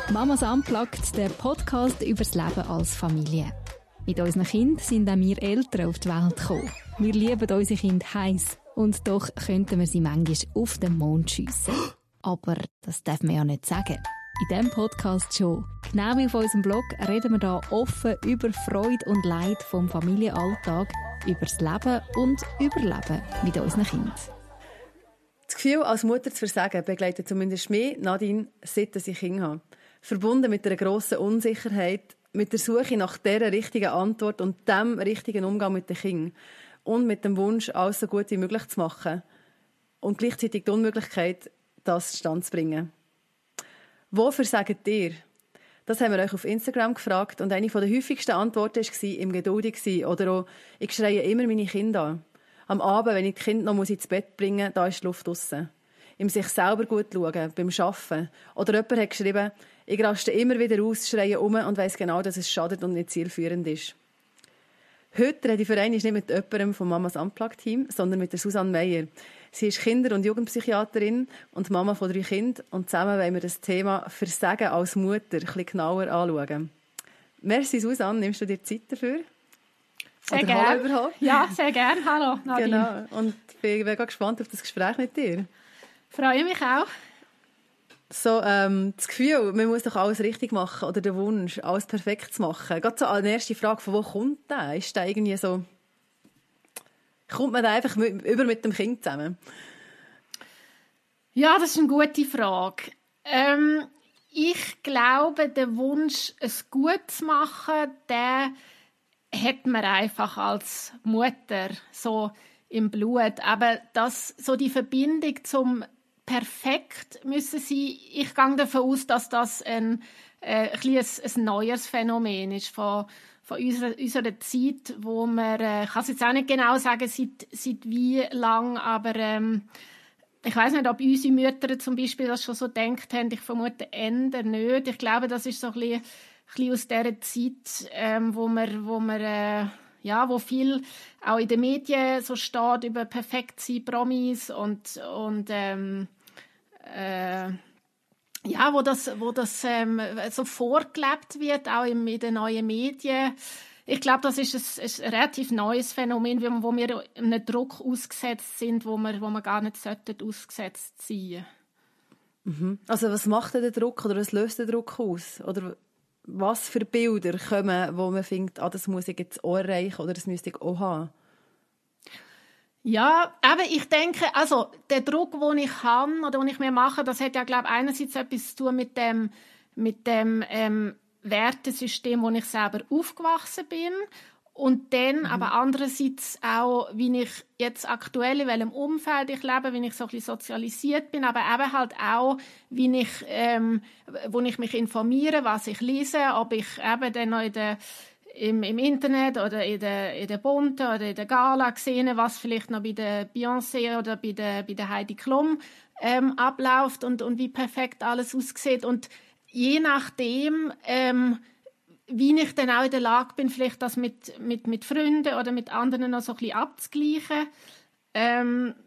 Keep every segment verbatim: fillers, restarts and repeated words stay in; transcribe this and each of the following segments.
Mamas Unplugged, der Podcast über das Leben als Familie. Mit unseren Kindern sind auch wir Eltern auf die Welt gekommen. Wir lieben unsere Kinder heiß und doch könnten wir sie manchmal auf den Mond schiessen. Aber das darf man ja nicht sagen. In diesem Podcast schon. Genau wie auf unserem Blog reden wir hier offen über Freude und Leid vom Familienalltag, über das Leben und Überleben mit unseren Kindern. Das Gefühl, als Mutter zu versagen, begleitet zumindest mich, Nadine, seit ich Kinder habe. Verbunden mit einer grossen Unsicherheit, mit der Suche nach dieser richtigen Antwort und dem richtigen Umgang mit den Kindern. Und mit dem Wunsch, alles so gut wie möglich zu machen. Und gleichzeitig die Unmöglichkeit, das zustande zu bringen. Wo versagt ihr? Das haben wir euch auf Instagram gefragt und eine der häufigsten Antworten war im geduldig sein oder auch «Ich schreie immer meine Kinder an». Am Abend, wenn ich die Kinder noch ins Bett bringen muss, da ist die Luft draussen. Im sich selber gut schauen, beim Arbeiten. Oder jemand hat geschrieben, ich raste immer wieder aus, schreie um und weiss genau, dass es schadet und nicht zielführend ist. Heute rede ich für einmal nicht mit jemandem vom Mamas Unplugged-Team, sondern mit der Susanne Meyer. Sie ist Kinder- und Jugendpsychiaterin und Mama von drei Kindern. Und zusammen wollen wir das Thema Versagen als Mutter ein bisschen genauer anschauen. Merci, Susanne. Nimmst du dir Zeit dafür? Sehr gerne. Ja, sehr gerne. Hallo, Nadine. Genau. Und ich bin mega gespannt auf das Gespräch mit dir. Freue mich auch. So, ähm, das Gefühl, man muss doch alles richtig machen oder der Wunsch, alles perfekt zu machen. Gerade so eine erste Frage, von wo kommt der? Ist der irgendwie so... Kommt man da einfach mit, über mit dem Kind zusammen? Ja, das ist eine gute Frage. Ähm, ich glaube, der Wunsch, es gut zu machen, der hat man einfach als Mutter so im Blut. Aber das, so die Verbindung zum perfekt müssen sie. Ich gehe davon aus, dass das ein, äh, ein, ein, ein neues Phänomen ist von, von unserer, unserer Zeit, wo man, äh, ich kann es jetzt auch nicht genau sagen, seit, seit wie lang, aber ähm, ich weiß nicht, ob unsere Mütter zum Beispiel das schon so gedacht haben. Ich vermute eher nicht. Ich glaube, das ist so ein bisschen, ein bisschen aus dieser Zeit, ähm, wo man, wo man äh, ja, wo viel auch in den Medien so steht über perfekt sein, Promis und, und ähm, äh, ja, wo das, wo das ähm, so vorgelebt wird, auch in, in den neuen Medien. Ich glaube, das ist ein, ein relativ neues Phänomen, wo wir einem Druck ausgesetzt sind, wo wir, wo wir gar nicht sollten ausgesetzt sein. Mhm. Also was macht denn der Druck oder was löst der Druck aus? Oder was für Bilder kommen, wo man findet, ah, das muss ich jetzt auch erreichen oder das müsste ich auch haben? Ja, aber ich denke, also der Druck, den ich habe oder den ich mir mache, das hat ja, glaube ich, einerseits etwas zu tun mit dem, mit dem ähm, Wertesystem, wo ich selber aufgewachsen bin. Und dann mhm. aber andererseits auch, wie ich jetzt aktuell, in welchem Umfeld ich lebe, wie ich so ein bisschen sozialisiert bin, aber eben halt auch, wie ich, ähm, wo ich mich informiere, was ich lese, ob ich eben dann noch in der, im, im Internet oder in der, in der Bunte oder in der Gala gesehen, was vielleicht noch bei der Beyoncé oder bei der, bei der Heidi Klum ähm, abläuft und, und wie perfekt alles aussieht. Und je nachdem, ähm, wie ich dann auch in der Lage bin, vielleicht das mit, mit, mit Freunden oder mit anderen noch so ein bisschen abzugleichen. Ähm,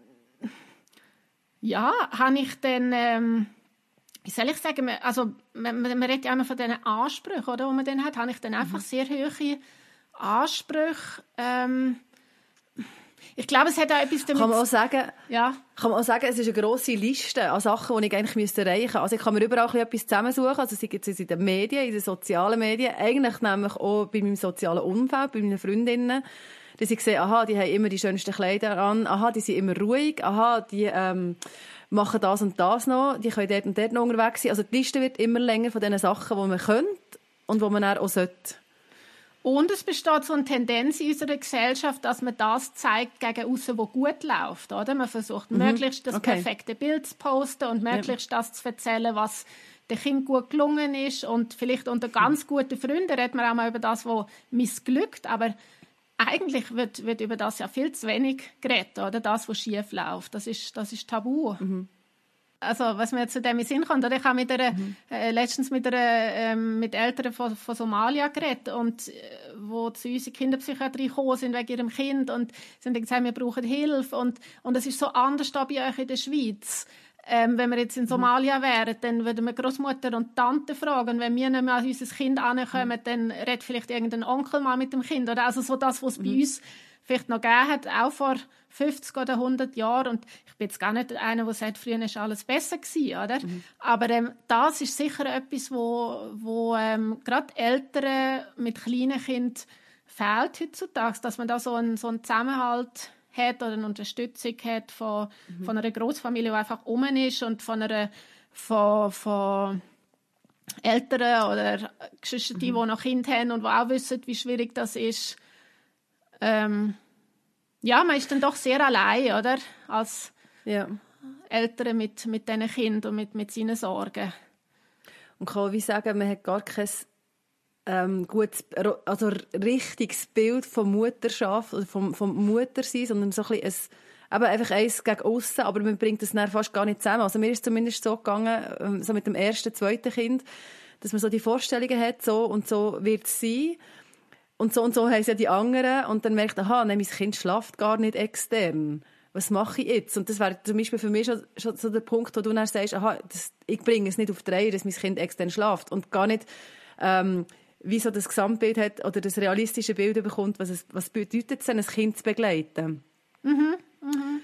ja, habe ich dann, ähm, wie soll ich sagen, also man, man redet ja immer von diesen Ansprüchen, oder, die man dann hat, habe ich dann einfach mhm. sehr hohe Ansprüche. Ähm, ich glaube, es hat auch etwas damit... Kann man auch sagen, ja. kann man auch sagen, es ist eine grosse Liste an Sachen, die ich eigentlich erreichen müsste. Also ich kann mir überall etwas zusammensuchen. Also sei es in den Medien, in den sozialen Medien, eigentlich nämlich auch bei meinem sozialen Umfeld, bei meinen Freundinnen, dass ich sehe, aha, die haben immer die schönsten Kleider an, aha, die sind immer ruhig, aha, die ähm, machen das und das noch, die können dort und dort noch unterwegs sein. Also die Liste wird immer länger von den Sachen, die man könnte und die man dann auch sollte. Und es besteht so eine Tendenz in unserer Gesellschaft, dass man das zeigt gegen aussen, was gut läuft. Oder? Man versucht, mhm. möglichst das okay. perfekte Bild zu posten und möglichst ja. das zu erzählen, was dem Kind gut gelungen ist. Und vielleicht unter ganz guten Freunden redet man auch mal über das, was missglückt. Aber eigentlich wird, wird über das ja viel zu wenig geredet, oder? Das, was schief läuft. Das ist, das ist tabu. Mhm. Also, was mir zu dem in Sinn kommt, oder? Ich habe mit einer, mhm. äh, letztens mit, einer, ähm, mit Eltern von, von Somalia geredet, und, äh, wo zu uns in die Kinderpsychiatrie gekommen sind wegen ihrem Kind und sie haben gesagt, wir brauchen Hilfe. Und, und es ist so anders da bei euch in der Schweiz. Ähm, wenn wir jetzt in Somalia wären, dann würden wir Großmutter und Tante fragen. Und wenn wir nicht mehr an unser Kind herankommen, mhm. dann redet vielleicht irgendein Onkel mal mit dem Kind. Oder also so das, was es mhm. bei uns vielleicht noch gegeben hat, auch vor fünfzig oder hundert Jahren. Und ich bin jetzt gar nicht einer, der sagt, früher war alles besser gewesen, oder? Mhm. Aber ähm, das ist sicher etwas, wo, wo ähm, gerade Eltern mit kleinen Kindern fehlt heutzutage, dass man da so einen, so einen Zusammenhalt hat oder eine Unterstützung hat von, mhm. von einer Großfamilie, die einfach um ist und von einer von, von Eltern oder Geschwister, mhm. die noch Kinder haben und die auch wissen, wie schwierig das ist. Ähm, ja, man ist dann doch sehr allein, oder? Als ja. Eltern mit, mit diesen Kindern und mit, mit seinen Sorgen. Und kann man wie sagen, man hat gar kein ähm, gutes, also richtiges Bild von Mutterschaft oder vom, vom Muttersein, sondern so ein bisschen ein, eben einfach eins gegen aussen, aber man bringt das dann fast gar nicht zusammen. Also mir ist es zumindest so gegangen, so mit dem ersten, zweiten Kind, dass man so die Vorstellungen hat, so und so wird es sein. Und so und so haben es ja die anderen. Und dann merkt man, aha, nein, mein Kind schlaft gar nicht extern. Was mache ich jetzt? Und das wäre zum Beispiel für mich schon, schon so der Punkt, wo du dann sagst, aha, das, ich bringe es nicht auf die Reihe, dass mein Kind extern schlaft. Und gar nicht, ähm, wie so das Gesamtbild hat oder das realistische Bild bekommt, was, es, was bedeutet es denn, ein Kind zu begleiten. Mhm, mhm.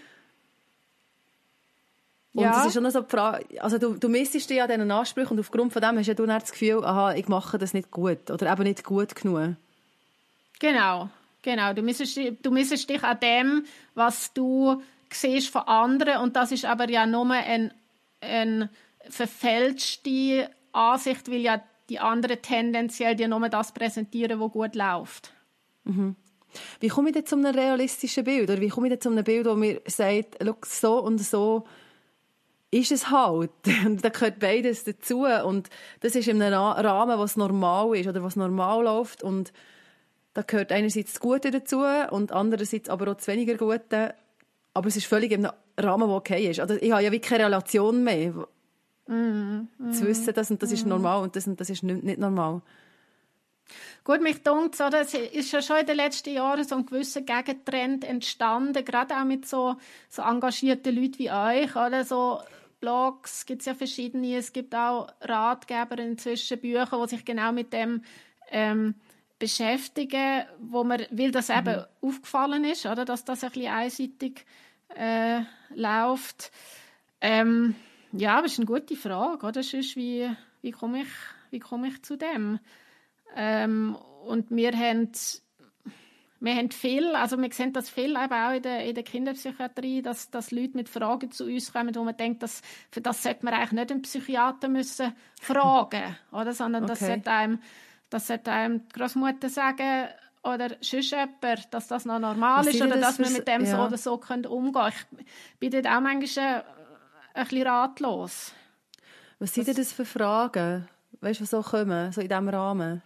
Und ja. es ist schon noch so die Frage, also du, du missest dich an diesen Ansprüchen und aufgrund von dem hast ja du dann das Gefühl, aha, ich mache das nicht gut oder eben nicht gut genug. Genau, genau. Du missest, du missest dich an dem, was du siehst von anderen und das ist aber ja nur eine ein verfälschte Ansicht, weil ja die anderen tendenziell dir nur das präsentieren, was gut läuft. Mhm. Wie komme ich denn zu einem realistischen Bild? Oder wie komme ich denn zu einem Bild, das mir sagt, so und so ist es halt. Und da gehört beides dazu. Und das ist in einem Rahmen, was normal ist oder was normal läuft. Und da gehört einerseits das Gute dazu und andererseits aber auch das weniger Gute. Aber es ist völlig in einem Rahmen, der okay ist. Also ich habe ja wie keine Relation mehr. Mm, mm, zu wissen, das und das mm. ist normal und das und das ist nicht, nicht normal. Gut, mich dunkt, so, das ist ja schon in den letzten Jahren so ein gewisser Gegentrend entstanden, gerade auch mit so, so engagierten Leuten wie euch, oder so Blogs, gibt es ja verschiedene, es gibt auch Ratgeber inzwischen, Bücher, die sich genau mit dem ähm, beschäftigen, wo man, weil das mhm. eben aufgefallen ist, oder, dass das ein bisschen einseitig äh, läuft. Ähm, Ja, das ist eine gute Frage. Oder? Sonst, wie, wie, komme ich, wie komme ich zu dem? Ähm, und wir haben, wir haben viel, also wir sehen das viel eben auch in der, in der Kinderpsychiatrie, dass, dass Leute mit Fragen zu uns kommen, wo man denkt, dass, für das sollte man eigentlich nicht einen Psychiater müssen fragen, oder? Sondern okay. das sollte einem, das sollte einem die Großmutter sagen oder sonst jemand, dass das noch normal ist oder das dass wir mit dem ja. so oder so können umgehen. Ich bin dort auch manchmal ein bisschen ratlos. Was sind denn das für Fragen? Weißt du, was so kommen, so in diesem Rahmen?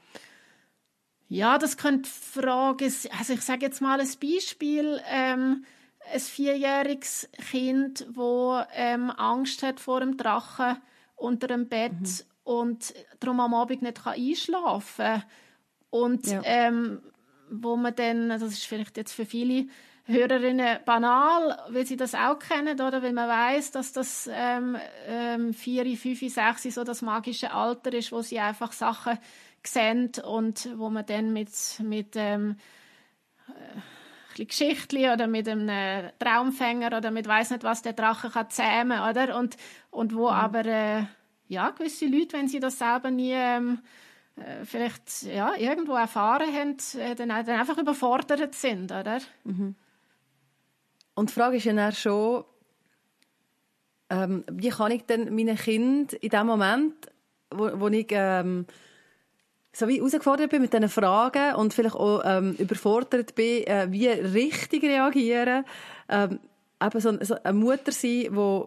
Ja, das könnte Fragen sein. Also ich sage jetzt mal ein Beispiel. Ähm, ein vierjähriges Kind, das ähm, Angst hat vor dem Drachen unter dem Bett mhm. und darum am Abend nicht einschlafen kann. Und ja. ähm, wo man dann, das ist vielleicht jetzt für viele Hörerinnen banal, weil sie das auch kennen, oder weil man weiss, dass das ähm, ähm, vier, fünf, sechs so das magische Alter ist, wo sie einfach Sachen sehen und wo man dann mit, mit ähm, äh, ein Geschichtli oder mit einem Traumfänger oder mit weiss nicht was der Drache kann zähmen, oder? Und, und wo mhm. aber äh, ja, gewisse Leute, wenn sie das selber nie ähm, äh, vielleicht ja, irgendwo erfahren haben, äh, dann, dann einfach überfordert sind, oder? Mhm. Und die Frage ist ja dann schon, ähm, wie kann ich denn meinen Kindern in dem Moment, wo, wo ich ähm, so wie herausgefordert bin mit diesen Fragen und vielleicht auch ähm, überfordert bin, äh, wie richtig reagieren, ähm, eben so, so eine Mutter sein, die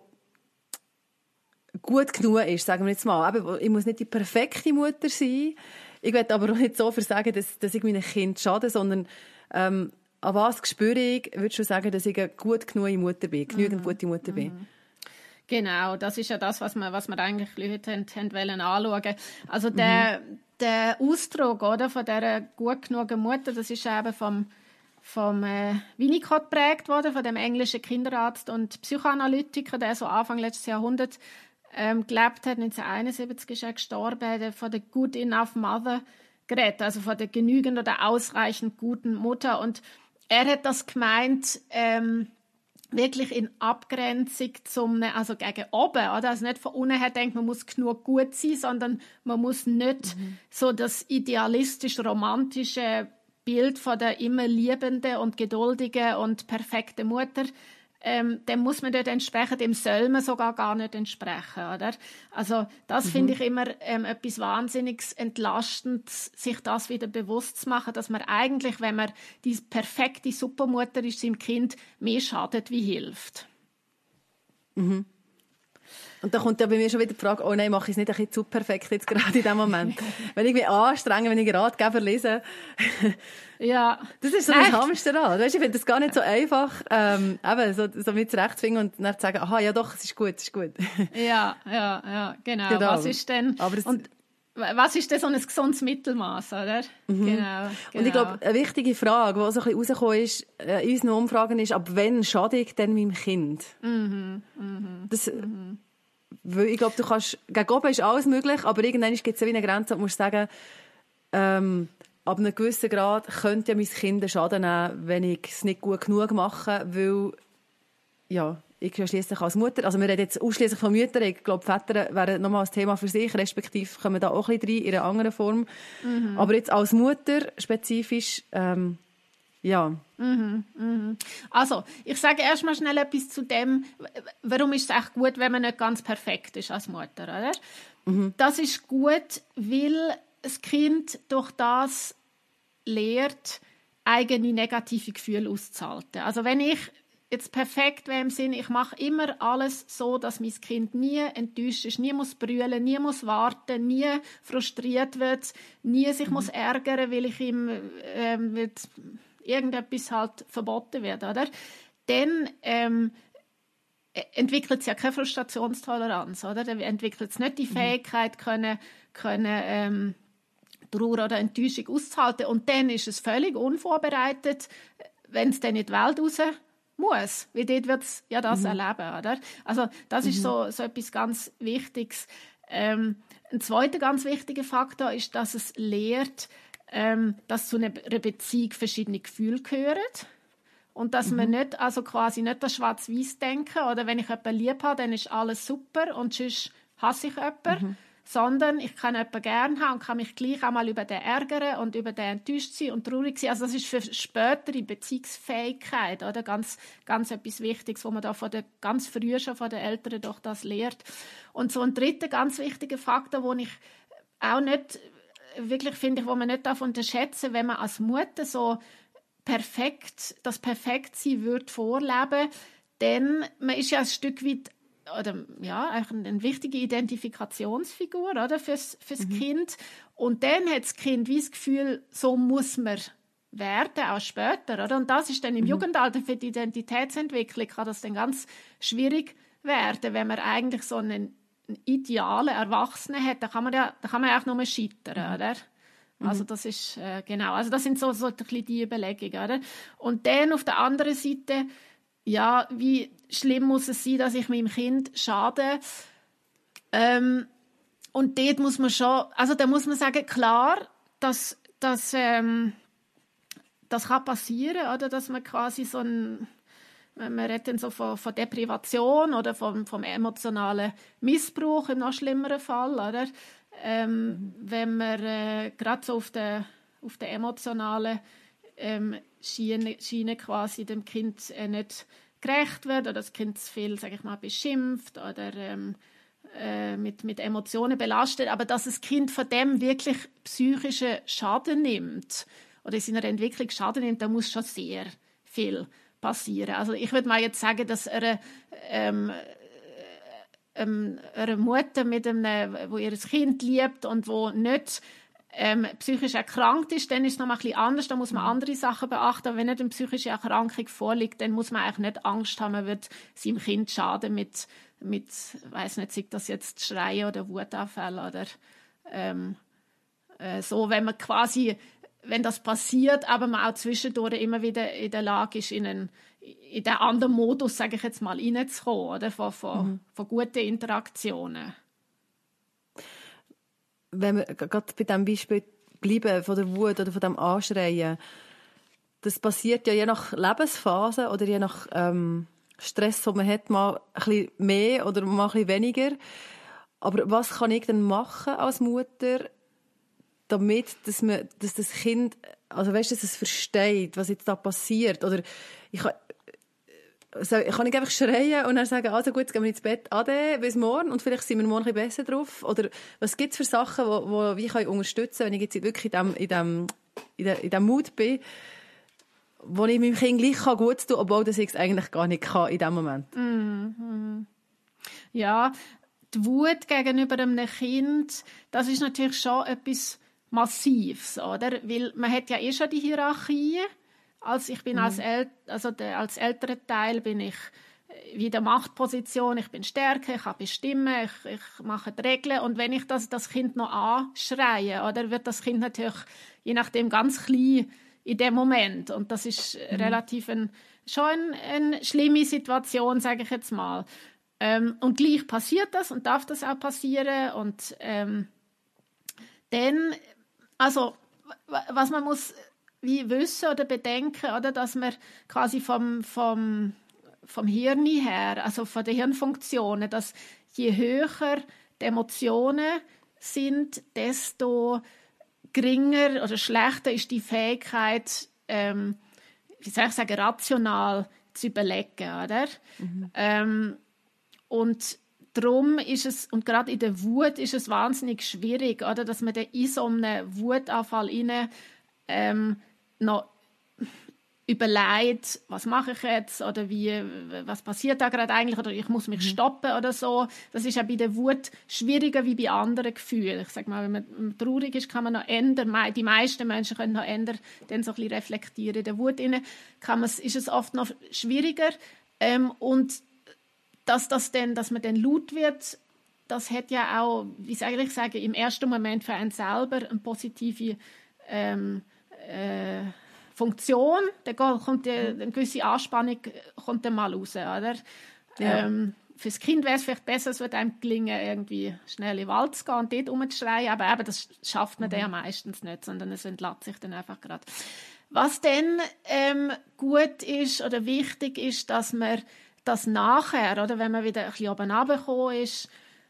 gut genug ist, sagen wir jetzt mal. Eben, ich muss nicht die perfekte Mutter sein, ich will aber auch nicht so versagen, dass, dass ich meinem Kind schade, sondern ähm, an was spüre ich, würdest du sagen, dass ich eine gut genug Mutter bin, genügend mhm. gute Mutter bin? Mhm. Genau, das ist ja das, was wir, was wir eigentlich Leute haben, haben wollen anschauen. Also der, mhm. der Ausdruck oder, von dieser gut genug Mutter, das ist eben vom vom äh, Winnicott geprägt worden, von dem englischen Kinderarzt und Psychoanalytiker, der so Anfang letzten Jahrhundert ähm, gelebt hat. neunzehnhunderteinundsiebzig ist er gestorben, der von der Good Enough Mother geredet, also von der genügend oder ausreichend guten Mutter. Und er hat das gemeint, ähm, wirklich in Abgrenzung zum, also gegen oben, oder? Also nicht von unten her denkt, man muss genug gut sein, sondern man muss nicht mhm. so das idealistisch-romantische Bild von der immer liebenden und geduldigen und perfekten Mutter, ähm, dem muss man dort entsprechen, dem soll man sogar gar nicht entsprechen, oder? Also das mhm. finde ich immer ähm, etwas wahnsinnig Entlastendes, sich das wieder bewusst zu machen, dass man eigentlich, wenn man die perfekte Supermutter ist, seinem Kind mehr schadet wie hilft. Mhm. Und da kommt ja bei mir schon wieder die Frage, oh nein, mache ich es nicht ein bisschen zu perfekt jetzt gerade in dem Moment. Wenn ich mich anstrenge, wenn ich Ratgeber lese. Ja. Das ist so ein Hamsterrad. Weißt, ich finde das gar nicht so einfach, ähm, eben, so, so mit zurechtzufinden und dann zu sagen, aha, ja doch, es ist gut, es ist gut. Ja, ja, ja, genau. genau. Was ist denn, Aber das, und was ist denn so ein gesundes Mittelmaß, oder? Mhm. Genau, genau. Und ich glaube, eine wichtige Frage, die so ein bisschen rausgekommen ist, äh, in unseren Umfragen ist, ab wann schade ich denn meinem Kind? Mhm, mhm, das, mhm. Weil ich glaube, du kannst, gegen oben ist alles möglich, aber irgendwann gibt es eine Grenze, wo du musst sagen, ähm, ab einem gewissen Grad könnte ja mein Kind Schaden nehmen, wenn ich es nicht gut genug mache, weil, ja, ich ja schliesslich als Mutter, also wir reden jetzt ausschließlich von Müttern, ich glaube, Väter wären nochmal ein Thema für sich, respektive kommen da auch ein bisschen rein, in einer anderen Form. Mhm. Aber jetzt als Mutter spezifisch, ähm, ja. Mhm, mhm. Also, ich sage erst mal schnell etwas zu dem, warum ist es echt gut, wenn man nicht ganz perfekt ist als Mutter, oder? Mhm. Das ist gut, weil das Kind durch das lernt, eigene negative Gefühle auszuhalten. Also wenn ich jetzt perfekt wäre im Sinn, ich mache immer alles so, dass mein Kind nie enttäuscht ist, nie muss brüllen, nie muss warten, nie frustriert wird, nie sich mhm. muss ärgern, weil ich ihm ähm, wird irgendetwas halt verboten wird, oder? Dann ähm, entwickelt es ja keine Frustrationstoleranz, oder? Dann entwickelt es nicht die Fähigkeit, können, können ähm, Trauer oder Enttäuschung auszuhalten. Und dann ist es völlig unvorbereitet, wenn es dann in die Welt raus muss. Weil dort wird es ja das mhm. erleben, oder? Also das mhm. ist so, so etwas ganz Wichtiges. Ähm, ein zweiter ganz wichtiger Faktor ist, dass es lehrt, Ähm, dass zu einer Beziehung verschiedene Gefühle gehören und dass mhm. man nicht, also quasi nicht das Schwarz-Weiß denken oder wenn ich jemanden lieb habe, dann ist alles super und sonst hasse ich jemanden, mhm. sondern ich kann jemanden gerne haben und kann mich gleich auch mal über den ärgern und über den enttäuscht sein und traurig sein. Also das ist für spätere Beziehungsfähigkeit oder ganz, ganz etwas Wichtiges, wo man da von der, ganz früh schon von den Eltern doch das lehrt. Und so ein dritter ganz wichtiger Faktor, wo ich auch nicht wirklich finde ich, wo man nicht unterschätzen darf, wenn man als Mutter so perfekt, das Perfektsein würde vorleben, denn man ist ja ein Stück weit, oder ja, eine, eine wichtige Identifikationsfigur, oder, fürs, fürs mhm. Kind. Und dann hat das Kind wie das Gefühl, so muss man werden, auch später, oder? Und das ist dann im mhm. Jugendalter für die Identitätsentwicklung, kann das dann ganz schwierig werden, wenn man eigentlich so einen ideale Erwachsene hat, da kann man ja, da kann man ja auch nur scheitern, mhm. oder? Also das ist äh, genau, also das sind so so ein bisschen die Überlegungen, oder? Und dann auf der anderen Seite, ja, wie schlimm muss es sein, dass ich meinem Kind schade? Ähm, und dort muss man schon, also da muss man sagen, klar, dass, dass ähm, das kann passieren, oder, dass man quasi so ein Man redet dann so von, von Deprivation oder vom, vom emotionalen Missbrauch im noch schlimmeren Fall, oder? Ähm, mhm. Wenn man äh, gerade so auf der, auf der emotionalen ähm, Schiene, Schiene quasi dem Kind äh, nicht gerecht wird oder das Kind zu viel, sage ich mal, beschimpft oder ähm, äh, mit, mit Emotionen belastet, aber dass das Kind von dem wirklich psychischen Schaden nimmt oder in seiner Entwicklung Schaden nimmt, da muss schon sehr viel passieren. Also ich würde mal jetzt sagen, dass eine, ähm, ähm, eine Mutter, mit einem, wo ihr Kind liebt und wo nicht ähm, psychisch erkrankt ist, dann ist es noch mal ein bisschen anders. Da muss man andere Sachen beachten. Aber wenn nicht eine psychische Erkrankung vorliegt, dann muss man eigentlich nicht Angst haben, man wird seinem Kind schaden mit, mit weiß nicht, sei das jetzt Schreien oder Wutanfälle oder ähm, äh, so, wenn man quasi wenn das passiert, aber man auch zwischendurch immer wieder in der Lage ist, in einen in den anderen Modus, sage ich jetzt mal, reinzukommen, oder? Von, von, mhm. von guten Interaktionen. Wenn wir gerade bei diesem Beispiel bleiben, von der Wut oder von dem Anschreien, das passiert ja je nach Lebensphase oder je nach ähm, Stress, den man hat, mal ein bisschen mehr oder mal ein bisschen weniger. Aber was kann ich denn machen als Mutter, damit dass man, dass das Kind, also weißt, dass es versteht, was jetzt da passiert? Oder ich kann, so, kann ich einfach schreien und dann sagen, also gut, jetzt gehen wir ins Bett, ade, bis morgen und vielleicht sind wir morgen ein bisschen besser drauf? Oder was gibt es für Sachen, die wo, wo ich unterstützen kann, wenn ich jetzt wirklich in diesem in dem, in dem, in dem Mut bin, wo ich meinem Kind gleich gut tun kann, obwohl das ich es eigentlich gar nicht kann in diesem Moment? Mm-hmm. Ja, die Wut gegenüber einem Kind, das ist natürlich schon etwas Massives, oder? Weil man hat ja eh schon die Hierarchie. Also ich bin mhm. als, El- also der, als älterer Teil bin ich wie in der Machtposition, ich bin stärker, ich kann bestimmen, ich, ich mache die Regeln und wenn ich das, das Kind noch anschreie, oder wird das Kind natürlich je nachdem ganz klein in dem Moment und das ist mhm. relativ ein, schon eine, eine schlimme Situation, sage ich jetzt mal. Ähm, und gleich passiert das und darf das auch passieren und ähm, dann, also was man muss wie wissen oder bedenken, oder, dass man quasi vom, vom, vom Hirn her, also von den Hirnfunktionen, dass je höher die Emotionen sind, desto geringer oder schlechter ist die Fähigkeit, ähm, wie soll ich sagen, rational zu überlegen, oder? Mhm. Ähm, und darum ist es, und gerade in der Wut ist es wahnsinnig schwierig, oder, dass man in so einen Wutanfall rein, ähm, noch überlegt, was mache ich jetzt oder wie, was passiert da gerade eigentlich oder ich muss mich stoppen oder so. Das ist ja bei der Wut schwieriger wie bei anderen Gefühlen. Ich sage mal, wenn man traurig ist, kann man noch ändern. Die meisten Menschen können noch ändern, dann so ein bisschen reflektieren. In der Wut innen kann man, ist es oft noch schwieriger. Ähm, und dass, das dann, dass man dann laut wird, das hat ja auch, wie soll ich sagen, im ersten Moment für einen selber eine positive ähm, Äh, Funktion, da kommt die, eine gewisse Anspannung kommt dann mal raus, oder? Ja. Ähm, fürs Kind wäre es vielleicht besser, es würde einem gelingen, irgendwie schnell in den Wald zu gehen und dort rumzuschreien, aber eben, das schafft man mhm. dann ja meistens nicht, sondern es entlädt sich dann einfach gerade. Was dann ähm, gut ist oder wichtig ist, dass man das nachher, oder wenn man wieder ein bisschen oben runtergekommen ist,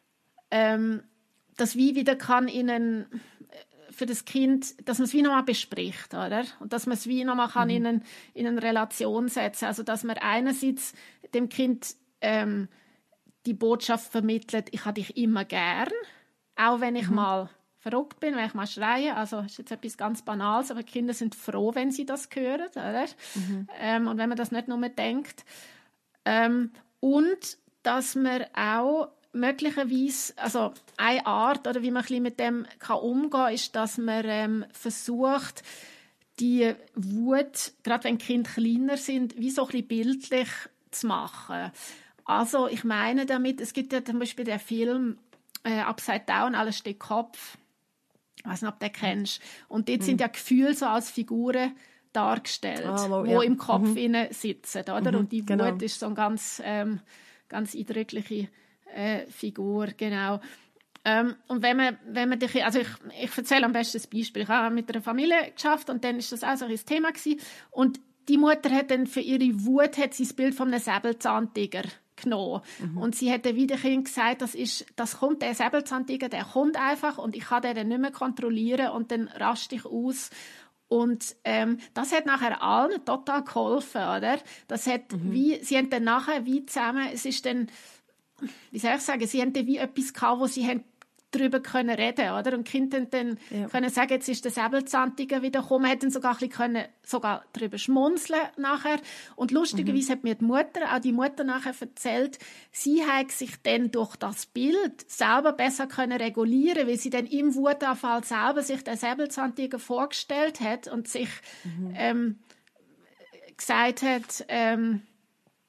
ähm, das wie wieder kann in einen für das Kind, dass man es wie nochmal bespricht, oder? Und dass man es wie nochmal kann mhm. in, einen, in eine Relation setzen. Also, dass man einerseits dem Kind ähm, die Botschaft vermittelt, ich habe dich immer gern, auch wenn ich mhm. mal verrückt bin, wenn ich mal schreie. Also, das ist jetzt etwas ganz Banales, aber Kinder sind froh, wenn sie das hören, oder? Mhm. Ähm, und wenn man das nicht nur denkt. Ähm, und, dass man auch möglicherweise, also eine Art, oder wie man ein bisschen mit dem kann umgehen kann, ist, dass man ähm, versucht, die Wut, gerade wenn die Kinder kleiner sind, wie so ein bisschen bildlich zu machen. Also ich meine damit, es gibt ja zum Beispiel den Film äh, «Upside Down, alles steht Kopf». Ich weiß nicht, ob du den kennst. Und dort mhm. sind ja Gefühle so als Figuren dargestellt, ah, wo, ja. im Kopf mhm. sitzen. Oder? Mhm, und die Wut genau. ist so eine ganz, ähm, ganz eindrückliche Äh, Figur, genau. Ähm, und wenn man, wenn man dich, also ich, ich erzähle am besten das Beispiel. Ich habe mit einer Familie geschafft und dann ist das auch so ein Thema gewesen. Und die Mutter hat dann für ihre Wut hat sie das Bild von einem Säbelzahntiger genommen. Mhm. Und sie hat dann wieder gesagt, das ist, das kommt, der Säbelzahntiger, der kommt einfach und ich kann den dann nicht mehr kontrollieren und dann raste ich aus. Und ähm, das hat nachher allen total geholfen, oder? Das hat mhm. wie, sie haben dann nachher wie zusammen, es ist dann, wie soll ich sagen, sie haben wie etwas gehabt, wo sie haben darüber können reden, oder? Und die Kinder dann ja. können sagen, jetzt ist der Säbelzahntiger wieder gekommen, hätten sogar ein bisschen können, sogar darüber schmunzeln nachher. Und lustigerweise mhm. hat mir die Mutter, auch die Mutter nachher erzählt, sie hat sich dann durch das Bild selber besser können regulieren, weil sie dann im Wutanfall selber sich den Säbelzahntiger vorgestellt hat und sich mhm. ähm, gesagt hat, ähm,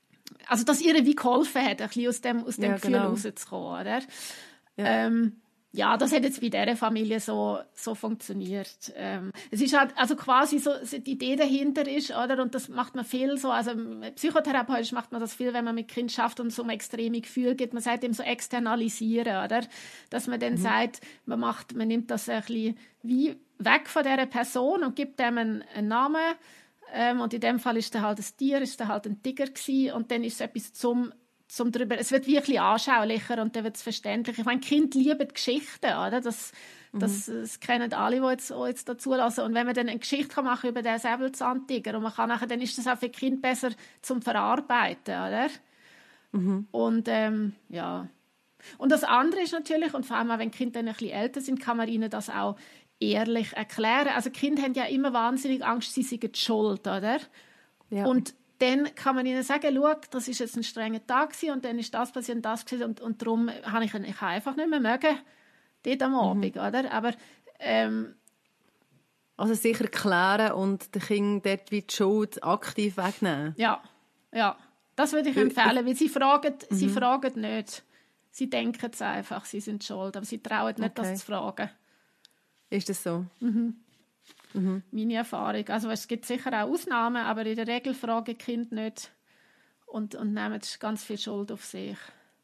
also dass ihr wie geholfen hat, ein bisschen aus dem, aus dem ja, Gefühl genau. rauszukommen, oder? Ja. Ähm, ja, das hat jetzt bei dieser Familie so, so funktioniert. Ähm, es ist halt, also quasi so, die Idee dahinter ist, oder, und das macht man viel so, also psychotherapeutisch macht man das viel, wenn man mit Kind schafft und so ein extremes Gefühl gibt, man sagt eben so externalisieren, oder, dass man dann mhm. sagt, man macht, man nimmt das ein bisschen wie weg von dieser Person und gibt dem einen, einen Namen, ähm, und in dem Fall ist er halt ein Tier, ist er halt ein Tiger gewesen, und dann ist es etwas zum Zum drüber, es wird wirklich anschaulicher und dann wird es verständlicher. Ich meine, Kinder lieben Geschichten, oder? Das, mhm. das, das kennen alle, die jetzt, die jetzt dazu lassen. Und wenn man dann eine Geschichte kann machen über den Säbelzahntiger, und man kann nachher, dann ist das auch für Kind besser zum Verarbeiten, oder? Mhm. Und ähm, ja. Und das andere ist natürlich, und vor allem auch wenn Kinder dann ein bisschen älter sind, kann man ihnen das auch ehrlich erklären. Also Kinder haben ja immer wahnsinnig Angst, sie seien schuld, oder? Ja. Und dann kann man ihnen sagen, schau, das war jetzt ein strenger Tag und dann ist das passiert und das passiert und, und darum habe ich, ich habe einfach nicht mehr mögen, dort am Abend, mhm. oder? Aber, ähm, also sicher klären und den Kindern dort wie die Schuld aktiv wegnehmen. Ja, ja, das würde ich empfehlen, weil sie fragen, mhm. sie fragen nicht. Sie denken es einfach, sie sind schuld, aber sie trauen nicht, okay. das zu fragen. Ist das so? Mhm. Mhm. Meine Erfahrung. Also es gibt sicher auch Ausnahmen, aber in der Regel fragen die Kinder nicht und, und nehmen ganz viel Schuld auf sich.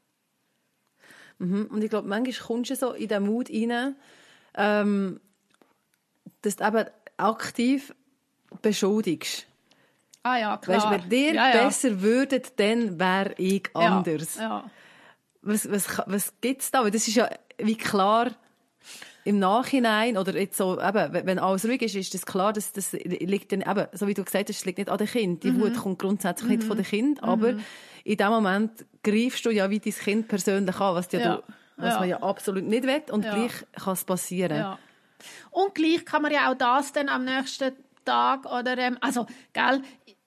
Mhm. Und ich glaube, manchmal kommst du so in den Mut rein, ähm, dass du eben aktiv beschuldigst. Ah ja, klar. Weißt, wenn dir ja, ja. besser würdet, dann wäre ich anders. Ja, ja. Was, was, was gibt es da? Weil das ist ja wie klar im Nachhinein, oder jetzt so, eben, wenn alles ruhig ist, ist das klar, dass das liegt dann, eben, so wie du gesagt hast, es liegt nicht an den Kind. Die mhm. Wut kommt grundsätzlich mhm. nicht von den Kind, aber mhm. in dem Moment greifst du ja wie dein Kind persönlich an, was, ja ja. Du, was ja. man ja absolut nicht will, und ja. gleich kann es passieren. Ja. Und gleich kann man ja auch das dann am nächsten Tag, oder, ähm, also, gell,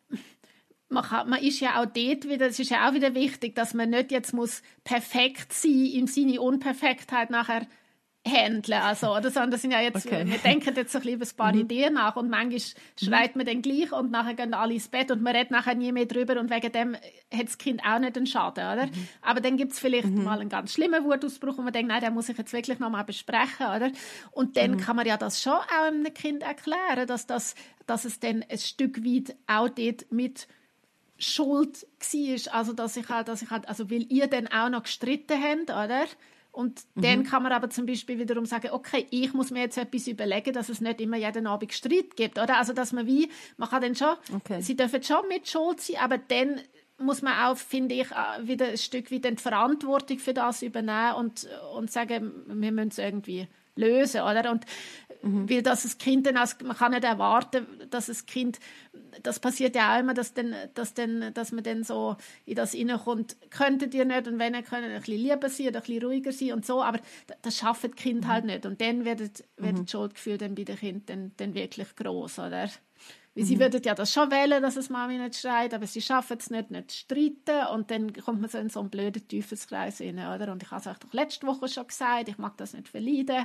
Man, kann, man ist ja auch dort wieder, es ist ja auch wieder wichtig, dass man nicht jetzt muss perfekt sein, in seine Unperfektheit nachher handeln, also, oder, sondern das sind ja jetzt, okay. wir denken jetzt ein bisschen über ein paar mhm. Ideen nach und manchmal schreit man dann gleich und nachher gehen alle ins Bett und man redet nachher nie mehr drüber und wegen dem hat das Kind auch nicht einen Schaden, oder? Mhm. Aber dann gibt es vielleicht mhm. mal einen ganz schlimmen Wutausbruch und man denkt, nein, den muss ich jetzt wirklich noch mal besprechen, oder? Und dann mhm. kann man ja das schon auch einem Kind erklären, dass, das, dass es dann ein Stück weit auch dort mit Schuld war, also dass ich halt, dass ich halt, also weil ihr dann auch noch gestritten habt, oder? Und mhm. dann kann man aber zum Beispiel wiederum sagen, okay, ich muss mir jetzt etwas überlegen, dass es nicht immer jeden Abend Streit gibt, oder? Also dass man wie, man kann dann schon, okay. sie dürfen schon mit Schuld sein, aber dann muss man auch, finde ich, wieder ein Stück weit die Verantwortung für das übernehmen und, und sagen, wir müssen es irgendwie lösen, oder? Und mhm. weil das, das Kind dann, als, man kann nicht erwarten, dass das Kind, das passiert ja auch immer, dass, dann, dass, dann, dass man dann so in das hineinkommt, könntet ihr nicht, und wenn ihr könnt, ein bisschen lieber sein oder ein bisschen ruhiger sein und so, aber das schafft das Kind mhm. halt nicht, und dann wird, wird mhm. das Schuldgefühl dann bei den Kindern dann, dann wirklich gross, oder? Weil mhm. sie würden ja das schon wählen, dass es Mami nicht schreit, aber sie schaffen es nicht, nicht zu streiten, und dann kommt man so in so einen blöden Teufelskreis rein, oder? Und ich habe es euch doch letzte Woche schon gesagt, ich mag das nicht verleiden.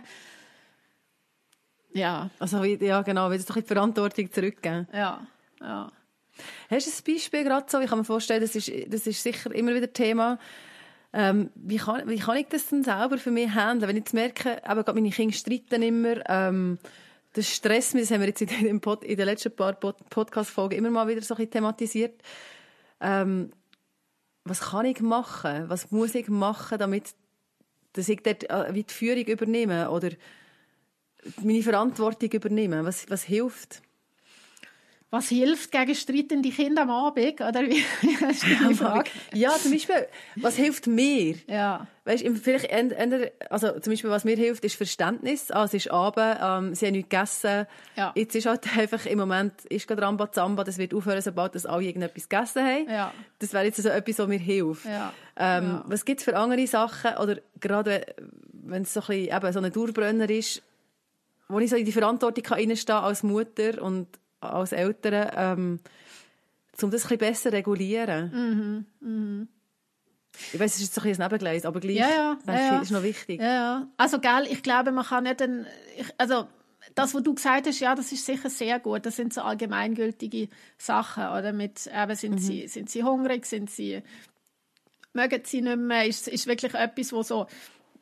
Ja. Also, ja, genau, willst du doch in die Verantwortung zurückgeben. Ja, ja. Hast du ein Beispiel gerade so? Ich kann mir vorstellen, das ist, das ist sicher immer wieder Thema. Ähm, wie, kann, wie kann ich das denn selber für mich handeln? Wenn ich jetzt merke, eben, gerade meine Kinder streiten immer, ähm, das stresst mich, das haben wir jetzt in den, Pod, in den letzten paar Pod, Podcast-Folgen immer mal wieder so ein bisschen thematisiert. Ähm, was kann ich machen? Was muss ich machen, damit dass ich dort äh, wie die Führung übernehme oder meine Verantwortung übernehmen? Was, was hilft? Was hilft gegen streitende Kinder am Abend? Oder wie? Das ist die Frage. Ja, zum Beispiel, was hilft mir? Ja. Weißt, vielleicht, also zum Beispiel, was mir hilft, ist Verständnis. Ah, es ist Abend, ähm, sie haben nichts gegessen. Ja. Jetzt ist halt einfach im Moment, ist gerade Rambazamba, das wird aufhören, sobald das alle irgendetwas gegessen haben. Ja. Das wäre jetzt so etwas, was mir hilft. Ja. Ähm, ja. Was gibt es für andere Sachen? Oder gerade wenn es so ein bisschen, eben, so ein Dauerbrenner ist, wo ich so in die Verantwortung reinstehen kann als Mutter und als Eltern, ähm, um das ein bisschen besser zu regulieren. Mhm. Mhm. Ich weiss, es ist jetzt ein bisschen ein Nebengleis, aber gleich ja, ja, denke ja, ich, ist noch wichtig. Ja, ja. Also, gell, ich glaube, man kann nicht ein, ich, also das, was du gesagt hast, ja, das ist sicher sehr gut. Das sind so allgemeingültige Sachen, oder? Mit, eben, sind, mhm. sie, sind sie hungrig, sind sie, mögen sie nicht mehr, ist, ist wirklich etwas, wo so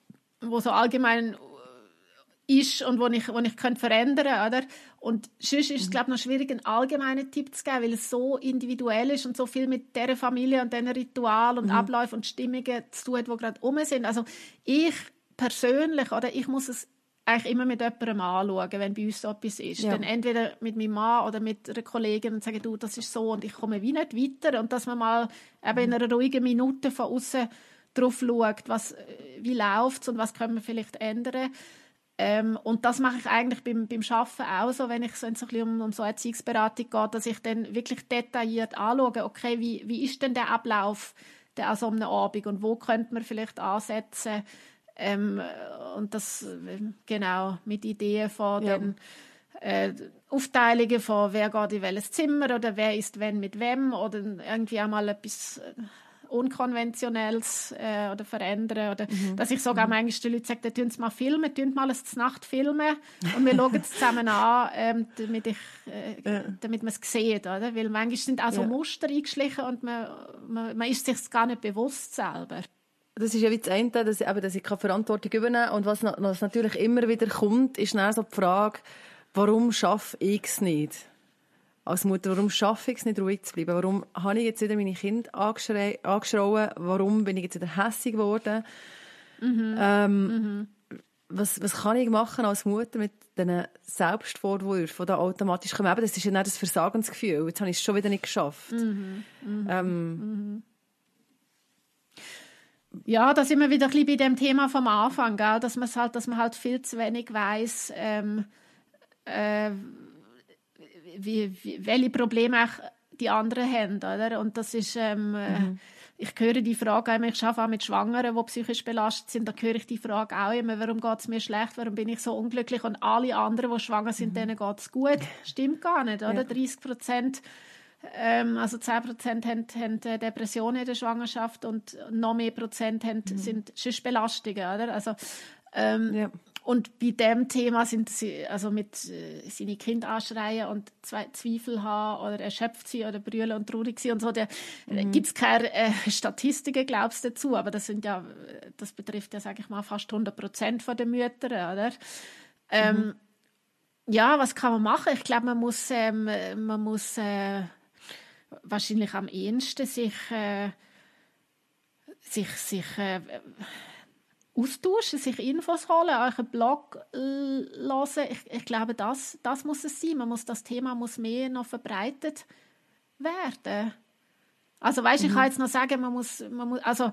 wo so allgemein ist und wo ich, wo ich könnte verändern, oder? Und sonst ist es, glaube ich, noch schwierig, einen allgemeinen Tipp zu geben, weil es so individuell ist und so viel mit dieser Familie und diesen Ritualen und mhm. Abläufen und Stimmungen zu tun hat, die gerade rum sind. Also ich persönlich, oder, ich muss es eigentlich immer mit jemandem anschauen, wenn bei uns so etwas ist. Ja. Dann entweder mit meinem Mann oder mit einer Kollegin und sagen, du, das ist so und ich komme wie nicht weiter. Und dass man mal eben in einer ruhigen Minute von außen drauf schaut, was, wie läuft es und was können wir vielleicht ändern. Ähm, und das mache ich eigentlich beim, beim Arbeiten auch so, wenn es so ein bisschen um, um so eine Erziehungsberatung geht, dass ich dann wirklich detailliert anschaue, okay, wie, wie ist denn der Ablauf der an so einem Abend und wo könnte man vielleicht ansetzen, ähm, und das genau mit Ideen von ja. den äh, Aufteilungen von wer geht in welches Zimmer oder wer ist wenn mit wem oder irgendwie auch mal etwas Unkonventionelles äh, oder verändern. Oder, mhm. Dass ich sogar mhm. manchmal den Leuten sage, tun Sie mal filmen, tun mal eine Nacht filmen und wir schauen es zusammen an, ähm, damit, ich, äh, ja. damit man es sieht. Oder? Weil manchmal sind auch so ja. Muster eingeschlichen und man, man, man ist sich gar nicht bewusst selber. Das ist ja wie das eine, dass ich, eben, dass ich keine Verantwortung übernehmen kann. Und was, was natürlich immer wieder kommt, ist dann so die Frage, warum schaffe ich es nicht? Als Mutter, warum schaffe ich es nicht, ruhig zu bleiben? Warum habe ich jetzt wieder meine Kinder angeschrien? Warum bin ich jetzt wieder hässig geworden? Mhm. Ähm, mhm. Was, was kann ich machen als Mutter mit diesen Selbstvorwürfen, die da automatisch kommen? Das ist ja nicht das Versagensgefühl. Jetzt habe ich es schon wieder nicht geschafft. Mhm. Mhm. Ähm, mhm. Ja, da sind wir wieder ein bisschen bei dem Thema vom Anfang, gell? Dass man halt, dass man halt viel zu wenig weiss, ähm, äh, wie, wie, welche Probleme auch die anderen haben, oder? Und das ist, ähm, mhm. ich höre die Frage immer, ich arbeite auch mit Schwangeren, die psychisch belastet sind, da höre ich die Frage auch immer, warum geht es mir schlecht, warum bin ich so unglücklich und alle anderen, die schwanger sind, mhm. denen geht es gut. Stimmt gar nicht, oder? Ja. dreißig Prozent, ähm, also zehn Prozent haben, haben Depressionen in der Schwangerschaft und noch mehr Prozent haben, mhm. sind sonst Belastungen, oder? Also, ähm, ja. Und bei dem Thema sind sie, also mit äh, seine Kinder anschreien und zwei Zweifel haben oder erschöpft sein oder brüllen und traurig sein und so, da mhm. gibt es keine äh, Statistiken, glaubst du, dazu, aber das sind ja, das betrifft ja, sage ich mal, fast hundert Prozent von den Müttern, oder? Ähm, mhm. Ja, was kann man machen? Ich glaube, man muss, ähm, man muss äh, wahrscheinlich am ehesten sich, äh, sich, sich äh, austauschen, sich Infos holen, euch einen Blog hören. Ich, ich glaube, das, das muss es sein. Man muss, das Thema muss mehr noch verbreitet werden. Also, weißt, mhm. ich kann jetzt noch sagen, man muss, man muss also,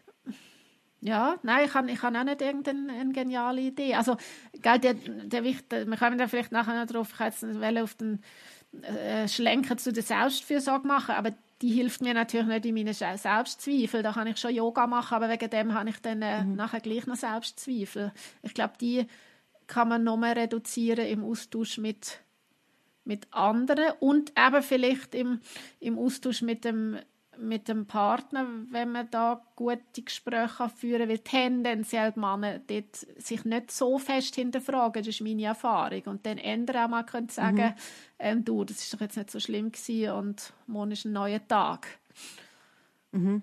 ja, nein, ich habe ich hab auch nicht irgendeine geniale Idee. Also, gell, der, der Wichtig, wir kommen da vielleicht nachher noch drauf, ich kann jetzt nicht auf den äh, Schlenker zu der Selbstfürsorge machen, aber die hilft mir natürlich nicht in meinen Selbstzweifeln. Da kann ich schon Yoga machen, aber wegen dem habe ich dann äh, mhm. nachher gleich noch Selbstzweifel. Ich glaube, die kann man noch mehr reduzieren im Austausch mit, mit anderen und eben vielleicht im, im Austausch mit dem, mit dem Partner, wenn man da gute Gespräche führen kann, weil tendenziell die Männer dort sich nicht so fest hinterfragen, das ist meine Erfahrung. Und dann ändern auch mal können sagen, mhm. ähm, du, das ist doch jetzt nicht so schlimm gewesen und morgen ist ein neuer Tag. Mhm.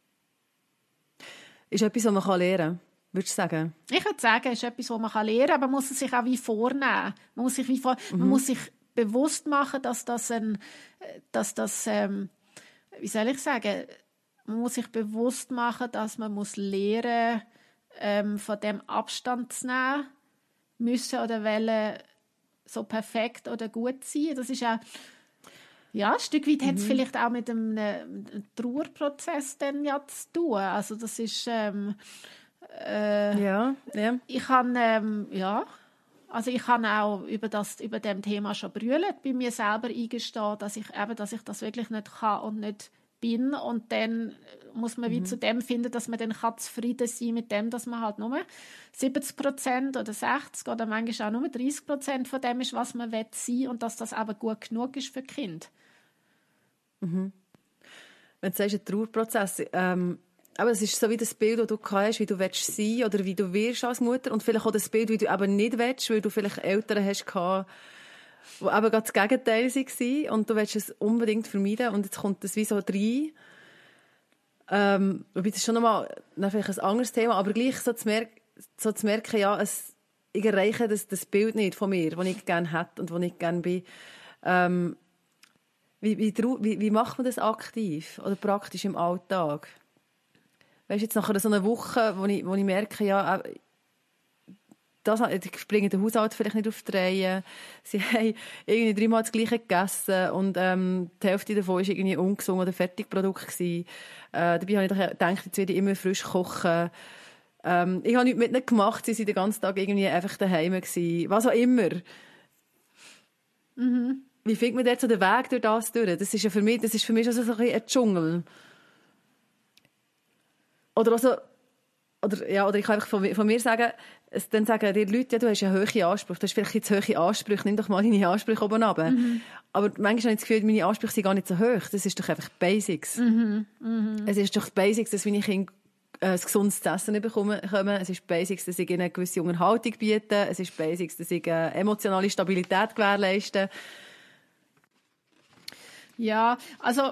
Ist etwas, was man lernen kann, würdest du sagen? Ich würde sagen, es ist etwas, was man lernen kann, aber man muss es sich auch wie vornehmen. Man muss sich, wie vor, mhm. man muss sich bewusst machen, dass das ein, dass das, ähm, wie soll ich sagen, man muss sich bewusst machen, dass man muss lernen, ähm, von dem Abstand zu nehmen müssen oder wollen so perfekt oder gut sein. Das ist auch, ja, ein Stück weit mhm. hat es vielleicht auch mit einem, einem Trauerprozess dann ja zu tun. Also das ist, ähm, äh, ja, ja. Ich kann, ähm, ja, also ich kann auch über das, über dem Thema schon brüllen, bei mir selber eingestehen, dass ich eben, dass ich das wirklich nicht kann und nicht bin. Und dann muss man mhm. wie zu dem finden, dass man dann kann zufrieden sein mit dem, dass man halt nur siebzig Prozent oder sechzig oder manchmal auch nur dreißig Prozent von dem ist, was man will sein und dass das aber gut genug ist für die Kinder. Mhm. Wenn du sagst, ein Trauerprozess, ähm, aber es ist so wie das Bild, das du hast, wie du willst sein oder wie du wirst als Mutter und vielleicht auch das Bild, wie du eben nicht willst, weil du vielleicht Eltern hast gehabt, die eben gerade das Gegenteil waren und du willst es unbedingt vermeiden und jetzt kommt das wie so rein. Ähm, das ist schon nochmal vielleicht ein anderes Thema, aber gleich so zu merken, so zu merken, ja, es, ich erreiche das, das Bild nicht von mir, das ich gerne hätte und das ich gerne bin. Ähm, wie, wie, wie, wie macht man das aktiv oder praktisch im Alltag? Weißt du, jetzt nach so einer Woche, wo ich, wo ich merke, ja, das, ich springe den Haushalt vielleicht nicht auf die Reihe. Sie haben irgendwie dreimal das Gleiche gegessen und ähm, die Hälfte davon war irgendwie ungesund oder Fertigprodukt gewesen. Äh, dabei habe ich gedacht, jetzt werde ich immer frisch kochen. Ähm, ich habe nichts mit ihnen gemacht, sie waren den ganzen Tag irgendwie einfach daheim gewesen. Was auch immer. Mhm. Wie findet man dort so den Weg durch das durch? Das ist ja für mich, das ist für mich schon so ein, ein Dschungel. Oder also, oder, ja, oder ich kann einfach von, von mir sagen, es, dann sagen die Leute, ja, du hast ja hohe Ansprüche, du hast vielleicht jetzt hohe Ansprüche, nimm doch mal deine Ansprüche oben runter. Mhm. Aber manchmal habe ich das Gefühl, meine Ansprüche sind gar nicht so hoch. Das ist doch einfach Basics. Mhm. Mhm. Es ist doch Basics, dass meine Kinder äh, ein gesundes Essen bekommen. Es ist Basics, dass ich ihnen eine gewisse Unterhaltung biete. Es ist Basics, dass ich äh, emotionale Stabilität gewährleiste. Ja, also...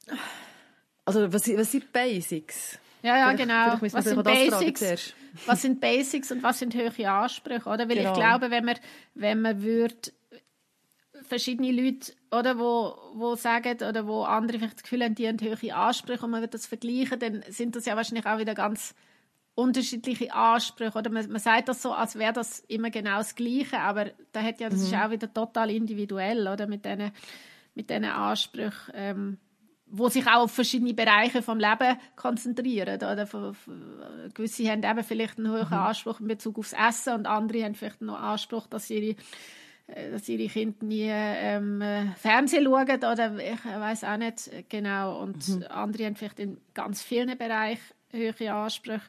Also, was, was sind Basics? Ja, ja, genau. Was sind Basics? Was sind Basics und was sind hohe Ansprüche, oder? Weil genau. Ich glaube, wenn man, wenn man würde, verschiedene Leute, oder, wo, wo sagen, oder wo andere vielleicht das Gefühl haben, die haben hohe Ansprüche und man wird das vergleichen, dann sind das ja wahrscheinlich auch wieder ganz unterschiedliche Ansprüche, oder? Man, man sagt das so, als wäre das immer genau das Gleiche, aber da hat ja, das mhm. ist auch wieder total individuell, oder? Mit diesen, mit diesen Ansprüchen, ähm, wo sich auch auf verschiedene Bereiche vom Leben konzentrieren. Oder gewisse haben eben vielleicht einen hohen mhm. Anspruch in Bezug aufs Essen und andere haben vielleicht noch Anspruch, dass ihre, dass ihre Kinder nie ähm, Fernsehen schauen oder ich weiß auch nicht genau. Und mhm. andere haben vielleicht in ganz vielen Bereichen hohe Ansprüche.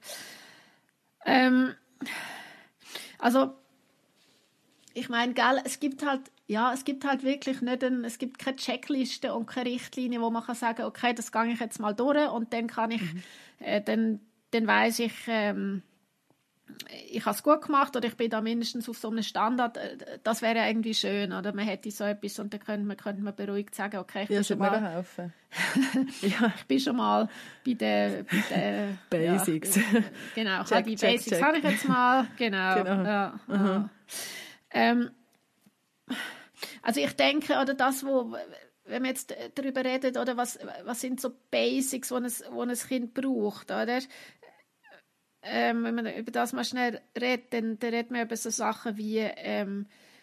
Ähm, also ich meine, gell, es gibt halt Ja, es gibt halt wirklich nicht ein, es gibt keine Checkliste und keine Richtlinie, wo man kann sagen, okay, das gehe ich jetzt mal durch und dann kann ich, mhm. äh, dann, dann weiss ich, ähm, ich habe es gut gemacht oder ich bin da mindestens auf so einem Standard. Das wäre irgendwie schön, oder? Man hätte so etwas und dann könnte man, könnte man beruhigt sagen, okay, ich bin ja, schon mal, helfen. ja. ich bin schon mal bei den, bei den Basics. Ja, genau, check, die check, Basics check. habe ich jetzt mal, genau. genau. Ja, mhm. ja. Ähm, Also ich denke, oder das, wo, wenn wir jetzt darüber reden, oder was, was sind so Basics, die ein, wo ein Kind braucht, oder? Ähm, wenn man über das mal schnell redet, dann, dann redet man über so Sachen wie ähm,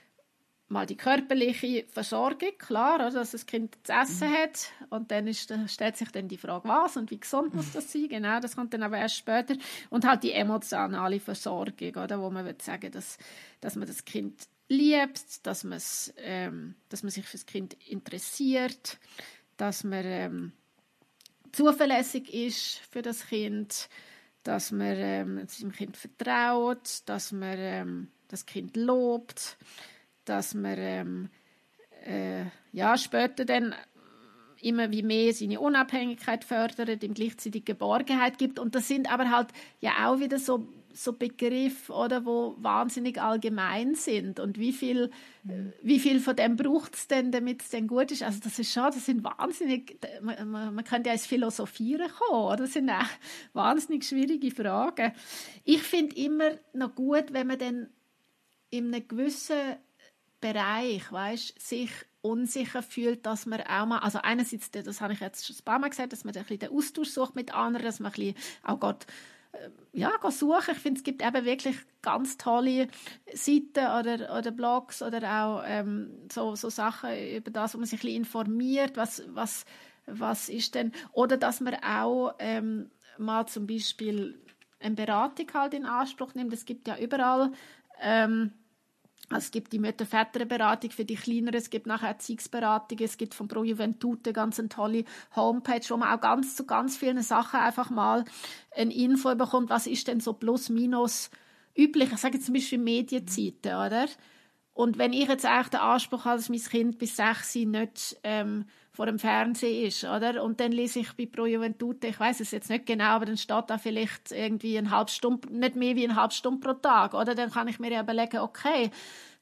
mal die körperliche Versorgung, klar, oder, dass das Kind zu essen mhm. hat und dann ist, da stellt sich dann die Frage, was und wie gesund muss das sein, genau, das kommt dann aber erst später und halt die emotionale Versorgung, oder, wo man würde sagen, dass, dass man das Kind liebt, dass, ähm, dass man sich für das Kind interessiert, dass man ähm, zuverlässig ist für das Kind, dass man ähm, seinem Kind vertraut, dass man ähm, das Kind lobt, dass man ähm, äh, ja, später dann immer wie mehr seine Unabhängigkeit fördert, ihm gleichzeitig Geborgenheit gibt. Und das sind aber halt ja auch wieder so so Begriffe, oder, wo wahnsinnig allgemein sind und wie viel, mhm. wie viel von dem braucht es denn, damit es denn gut ist. Also das ist schon, das sind wahnsinnig, man, man, man könnte ja ins Philosophieren kommen, oder? Das sind auch wahnsinnig schwierige Fragen. Ich finde immer noch gut, wenn man dann in einem gewissen Bereich, weißt, sich unsicher fühlt, dass man auch mal, also einerseits, das habe ich jetzt schon ein paar Mal gesagt, dass man ein bisschen den Austausch sucht mit anderen, dass man ein bisschen auch Gott ja, suchen. Ich finde, es gibt eben wirklich ganz tolle Seiten oder, oder Blogs oder auch ähm, so, so Sachen über das, wo man sich ein bisschen informiert, was, was, was ist denn, oder dass man auch ähm, mal zum Beispiel eine Beratung halt in Anspruch nimmt. Es gibt ja überall ähm, Also es gibt die Mütter-Väter-Beratung für die Kleineren, es gibt nachher Erziehungsberatung, es gibt von Pro Juventute ganz eine tolle Homepage, wo man auch ganz zu ganz vielen Sachen einfach mal eine Info bekommt, was ist denn so plus minus üblich. Ich sage jetzt zum Beispiel Medienzeiten, oder? Und wenn ich jetzt eigentlich den Anspruch habe, dass mein Kind bis sechs nicht ähm, vor dem Fernsehen ist, oder? Und dann lese ich bei Pro Juventute, ich weiß es jetzt nicht genau, aber dann steht da vielleicht irgendwie eine halbe Stunde, nicht mehr wie eine halbe Stunde pro Tag, oder? Dann kann ich mir ja überlegen, okay,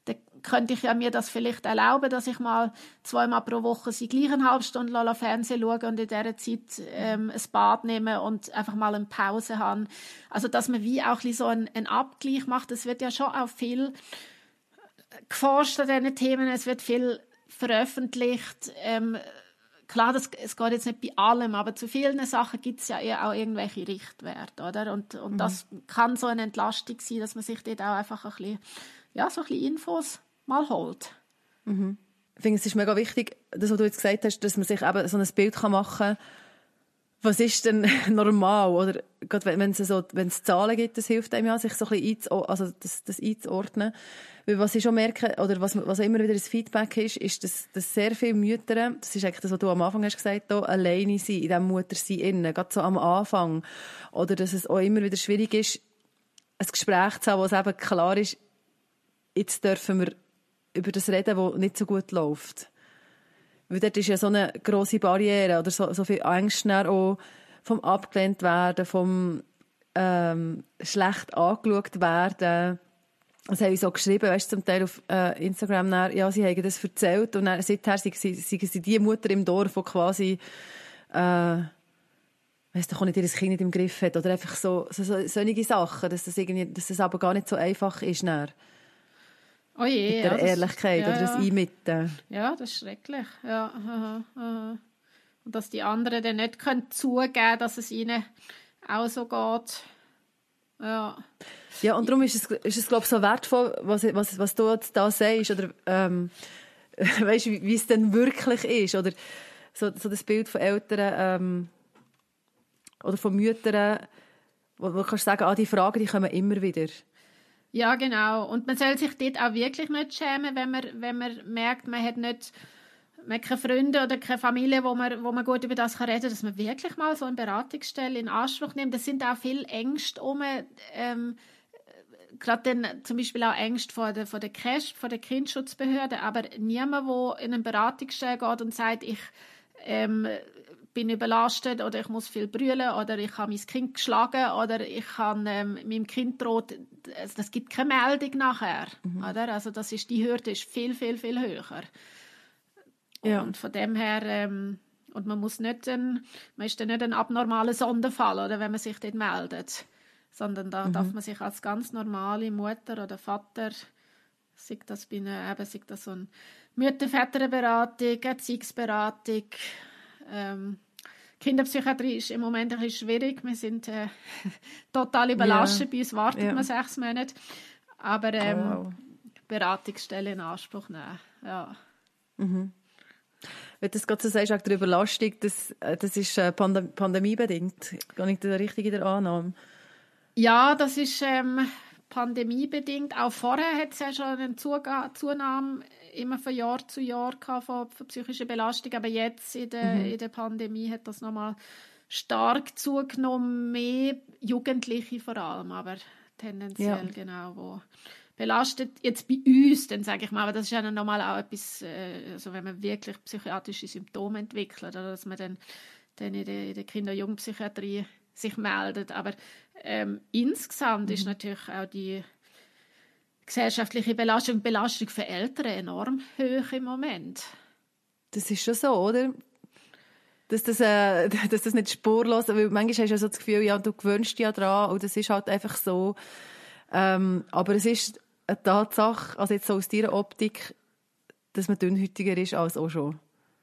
dann könnte ich ja mir das vielleicht erlauben, dass ich mal zweimal pro Woche sie gleich eine halbe Stunde Fernsehen schaue und in dieser Zeit ähm, ein Bad nehme und einfach mal eine Pause habe. Also, dass man wie auch ein so einen, einen Abgleich macht. Es wird ja schon auch viel geforscht an diesen Themen, es wird viel veröffentlicht. Ähm, klar, das, es geht jetzt nicht bei allem, aber zu vielen Sachen gibt es ja eher auch irgendwelche Richtwerte, oder? Und, und mhm. das kann so eine Entlastung sein, dass man sich dort auch einfach ein bisschen, ja, so ein bisschen Infos mal holt. Mhm. Ich finde, es ist mega wichtig, das, was du jetzt gesagt hast, dass man sich eben so ein Bild machen kann, was ist denn normal? Oder gerade wenn es so, wenn es Zahlen gibt, das hilft einem ja, sich so ein bisschen einzu, also das, das einzuordnen. Weil was ich schon merke, oder was, was immer wieder das Feedback ist, ist, dass, dass sehr viele Mütter, das ist eigentlich das, was du am Anfang hast gesagt, da, alleine sind, in diesem Muttersein innen, gerade so am Anfang. Oder dass es auch immer wieder schwierig ist, ein Gespräch zu haben, wo es eben klar ist, jetzt dürfen wir über das reden, was nicht so gut läuft. Weil dort ist ja so eine grosse Barriere oder so, so viel Angst auch vom abgelehnt werden, vom ähm, schlecht angeschaut werden. Das haben sie so geschrieben, weißt du, zum Teil auf äh, Instagram, dann, ja, sie haben das erzählt und dann, seither sind sie, sind sie die Mutter im Dorf, die quasi äh, weiss doch auch nicht, ihr Kind nicht im Griff hat oder einfach so, so, so solche Sachen, dass das, irgendwie, dass das aber gar nicht so einfach ist. Dann. Oh je, mit der ja, das, Ehrlichkeit ja, oder das ja. Einmitten. Ja, das ist schrecklich. Ja, aha, aha. Und dass die anderen dann nicht können zugeben können, dass es ihnen auch so geht. Ja, ja und darum ist es, ist es glaube ich, so wertvoll, was, was, was du jetzt da sagst. Oder ähm, weißt, wie, wie es denn wirklich ist. Oder so, so das Bild von Eltern ähm, oder von Müttern, wo, wo du kannst sagen, ah, die Fragen die kommen immer wieder. Ja, genau. Und man soll sich dort auch wirklich nicht schämen, wenn man, wenn man merkt, man hat nicht, man hat keine Freunde oder keine Familie, wo man, wo man gut über das reden kann, dass man wirklich mal so eine Beratungsstelle in Anspruch nimmt. Das sind auch viele Ängste um, ähm, gerade dann zum Beispiel auch Ängste vor der, vor der C R E S P, vor der Kindschutzbehörde, aber niemand, der in eine Beratungsstelle geht und sagt, ich ähm, bin überlastet oder ich muss viel brüllen oder ich habe mein Kind geschlagen oder ich habe ähm, meinem Kind droht, es, das gibt keine Meldung nachher, mhm. oder? Also das ist, die Hürde ist viel, viel, viel höher. Ja. Und von dem her, ähm, und man muss nicht, ein, man ist dann nicht ein abnormaler Sonderfall, oder, wenn man sich dort meldet, sondern da mhm. darf man sich als ganz normale Mutter oder Vater, sei das bei einer, eben, sei das so eine Mütter-Väter-Beratung, Erziehungsberatung, ähm, Kinderpsychiatrie ist im Moment ein bisschen schwierig. Wir sind äh, total überlastet. Ja. Bei uns wartet ja. man sechs Monate. Aber ähm, oh, wow. Beratungsstelle in Anspruch nehmen. Ja. Mhm. Wenn du das gerade so sagst, auch der Überlastung, das, das ist äh, Pandem- pandemiebedingt. Gar nicht der richtige der Annahme. Ja, das ist ähm, pandemiebedingt. Auch vorher hat es ja schon eine Zunahme immer von Jahr zu Jahr von, von psychischer Belastung, aber jetzt in der, mhm. in der Pandemie hat das nochmal stark zugenommen, mehr Jugendliche vor allem, aber tendenziell ja. genau, wo belastet jetzt bei uns, dann sage ich mal, aber das ist ja nochmal auch etwas, äh, also wenn man wirklich psychiatrische Symptome entwickelt, oder dass man dann, dann in der, in der Kinder- und Jugendpsychiatrie sich meldet, aber ähm, insgesamt mhm. ist natürlich auch die gesellschaftliche Belastung, Belastung für Eltern enorm hoch im Moment. Das ist schon so, oder? Dass das, äh, dass das nicht spurlos, weil manchmal hast du ja so das Gefühl, ja, du gewöhnst dich ja dran und das ist halt einfach so. Ähm, aber es ist eine Tatsache, also jetzt so aus deiner Optik, dass man dünnhäutiger ist als auch schon.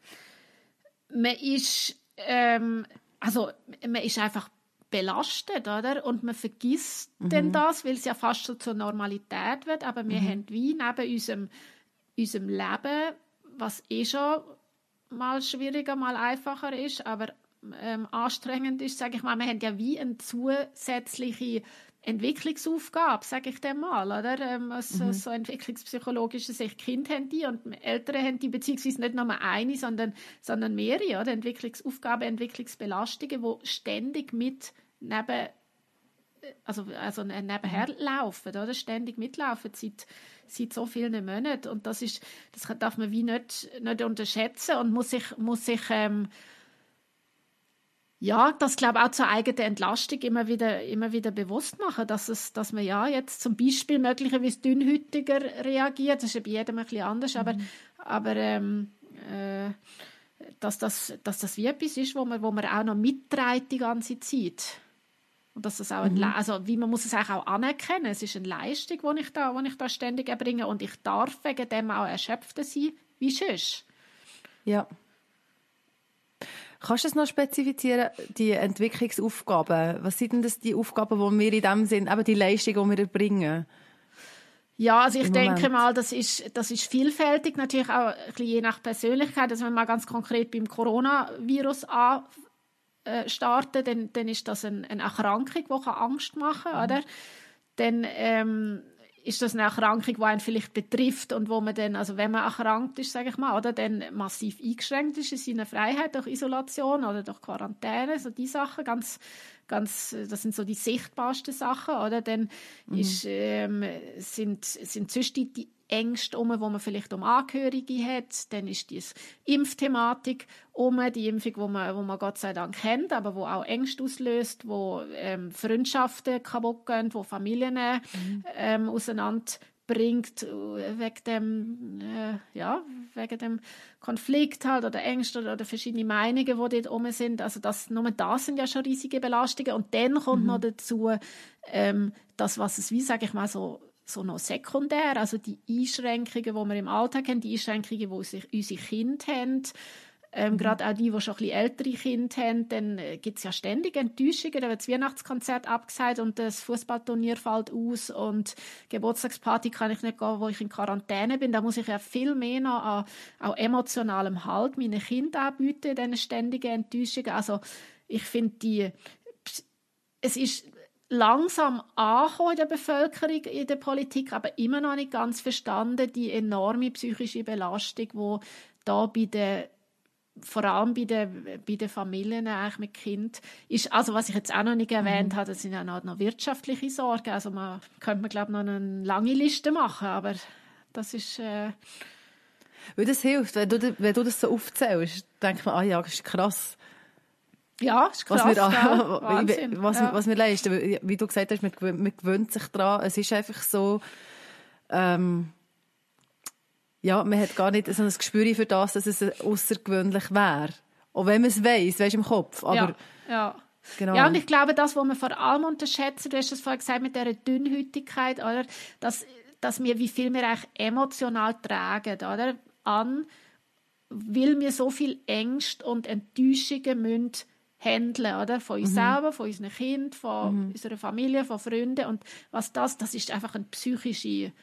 Man ist, ähm, also man ist einfach belastet, oder? Und man vergisst mhm. denn das, weil es ja fast so zur Normalität wird. Aber wir mhm. haben wie neben unserem, unserem Leben, was eh schon mal schwieriger, mal einfacher ist, aber ähm, anstrengend ist, sage ich mal, wir haben ja wie eine zusätzliche Entwicklungsaufgabe, sage ich dem mal, oder? Ähm, also, mhm. so entwicklungspsychologische Sicht. Kinder haben die und Eltern haben die, beziehungsweise nicht nur eine, sondern, sondern mehrere, oder? Entwicklungsaufgaben, Entwicklungsbelastungen, die ständig mit neben, also, also nebenher mhm. laufen, oder? Ständig mitlaufen seit, seit so vielen Monaten. Und das ist, das darf man wie nicht, nicht unterschätzen und muss sich, muss sich, ähm, Ja, das glaube ich auch zur eigenen Entlastung immer wieder, immer wieder bewusst machen, dass, es, dass man ja jetzt zum Beispiel möglicherweise dünnhütiger reagiert, das ist ja bei jedem ein bisschen anders, mhm. aber, aber ähm, äh, dass, das, dass das wie etwas ist, wo man, wo man auch noch mitträgt die ganze Zeit. Und dass das auch mhm. ein, also wie man muss es auch anerkennen, es ist eine Leistung, die ich da, die ich da ständig erbringe und ich darf wegen dem auch erschöpfter sein, wie sonst. Ja. Kannst du es noch spezifizieren, die Entwicklungsaufgaben? Was sind denn das, die Aufgaben, die wir in dem Sinn, eben die Leistung, die wir erbringen? Ja, also ich denke mal, das ist, das ist vielfältig, natürlich auch ein bisschen je nach Persönlichkeit. Also wenn wir mal ganz konkret beim Coronavirus an, äh, starten, dann, dann ist das eine, eine Erkrankung, die Angst machen kann, mhm. oder? Dann ähm, ist das eine Erkrankung, die einen vielleicht betrifft und wo man dann, also wenn man erkrankt ist, sage ich mal, oder dann massiv eingeschränkt ist in seiner Freiheit durch Isolation oder durch Quarantäne, so die Sachen, ganz, ganz, das sind so die sichtbarsten Sachen, oder? Dann mhm. ist, ähm, sind, sind sonst die, die Ängste um, wo man vielleicht um Angehörige hat, dann ist die Impfthematik um, die Impfung, wo man, wo man Gott sei Dank kennt, aber wo auch Ängste auslöst, wo ähm, Freundschaften kaputt gehen, wo Familien mhm. ähm, auseinanderbringt wegen dem, äh, ja, wegen dem Konflikt halt oder Ängste oder, oder verschiedene Meinungen, die dort um sind. Also das, nur das sind ja schon riesige Belastungen. Und dann kommt mhm. noch dazu, ähm, das, was es, wie sage ich mal, so so noch sekundär, also die Einschränkungen, die wir im Alltag haben, die Einschränkungen, die unsere, unsere Kinder haben, ähm, mhm. gerade auch die, die schon ein bisschen ältere Kinder haben, dann äh, gibt es ja ständig Enttäuschungen, da wird das Weihnachtskonzert abgesagt und das Fußballturnier fällt aus und Geburtstagsparty kann ich nicht gehen, wo ich in Quarantäne bin, da muss ich ja viel mehr noch an, an emotionalem Halt meinen Kindern anbieten, diese ständigen Enttäuschungen. Also ich finde, die es ist langsam angekommen in der Bevölkerung, in der Politik, aber immer noch nicht ganz verstanden, die enorme psychische Belastung, die da bei den, vor allem bei den, bei den Familien eigentlich mit Kind ist. Also was ich jetzt auch noch nicht erwähnt mhm. habe, das sind ja noch, noch wirtschaftliche Sorgen. Also man könnte man, glaube ich, noch eine lange Liste machen, aber das ist... Äh Weil das hilft, wenn du, wenn du das so aufzählst, denkt man, ah ja, das ist krass. Ja, ist krass, was wir, ja, Wahnsinn, was, ja. was wir leisten. Wie du gesagt hast, man, man gewöhnt sich daran. Es ist einfach so, ähm, ja, man hat gar nicht so ein Gespür für das, dass es außergewöhnlich wäre. Auch wenn man es weiss, weißt im Kopf. Aber, ja, ja. Genau. Ja, und ich glaube, das, was man vor allem unterschätzt, du hast es vorhin gesagt, mit dieser Dünnhütigkeit, oder? Dass, dass wir, wie viel wir eigentlich emotional tragen, oder? An, weil wir so viel Ängste und Enttäuschungen müssen handeln, oder? Von uns mhm. selber, von unseren Kindern, von mhm. unserer Familie, von Freunden. Und was das, das ist einfach eine psychische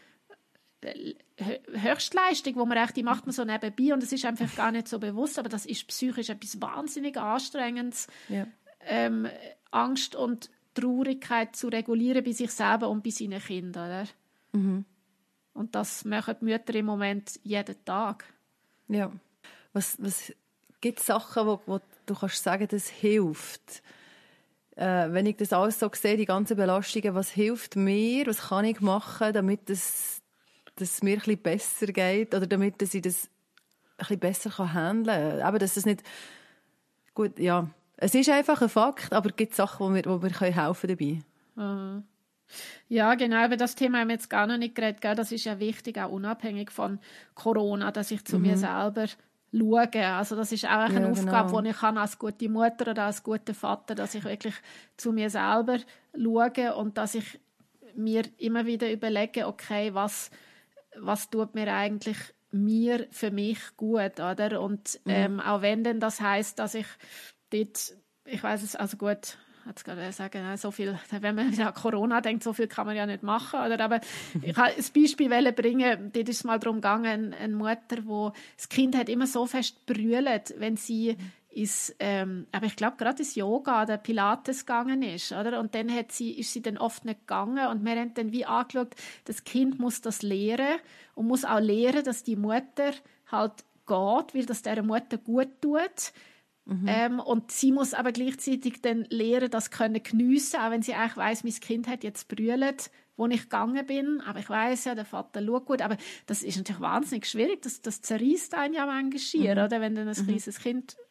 Höchstleistung, wo man echt, die macht man so nebenbei und es ist einfach gar nicht so bewusst, aber das ist psychisch etwas wahnsinnig Anstrengendes. Ja. Ähm, Angst und Traurigkeit zu regulieren bei sich selber und bei seinen Kindern, oder? Mhm. Und das machen die Mütter im Moment jeden Tag. Ja. Was, was gibt es Sachen, wo, wo du kannst sagen, das hilft? Äh, wenn ich das alles so sehe, die ganzen Belastungen, was hilft mir? Was kann ich machen, damit es, dass es mir ein bisschen besser geht? Oder damit dass ich das ein bisschen besser kann handeln kann? Aber dass es nicht... Gut, ja. Es ist einfach ein Fakt, aber es gibt Sachen, wo wir, wo wir helfen dabei. Mhm. Ja, genau, über das Thema haben wir jetzt gar noch nicht geredet. Gell? Das ist ja wichtig, auch unabhängig von Corona, dass ich zu mhm. mir selber schaue. Also das ist auch eine ja, Aufgabe, genau. die ich kann als gute Mutter oder als guter Vater, dass ich wirklich zu mir selber schaue und dass ich mir immer wieder überlege, okay, was, was tut mir eigentlich mir für mich gut, oder? Und mhm. ähm, auch wenn denn das heisst, dass ich dort, ich weiss es, also gut, jetzt gerade sagen, so viel, wenn man an Corona denkt, so viel kann man ja nicht machen, oder? Aber ich wollte ein Beispiel bringen, dort ist es mal darum gegangen, eine Mutter, wo das Kind hat immer so fest brüllt, wenn sie ins, ähm, aber ich glaube gerade ins Yoga oder Pilates gegangen ist, oder? Und dann hat sie, ist sie dann oft nicht gegangen und wir haben dann wie angeschaut, das Kind muss das lernen und muss auch lernen, dass die Mutter halt geht, weil das dieser Mutter gut tut. Mhm. Ähm, und sie muss aber gleichzeitig dann lernen, das können geniessen, auch wenn sie eigentlich weiss, mein Kind hat jetzt brüllt, wo ich gegangen bin, aber ich weiss ja, der Vater schaut gut, aber das ist natürlich wahnsinnig schwierig, das, das zerreißt einen ja manchmal schier, mhm. oder? Wenn dann ein mhm. kleines Kind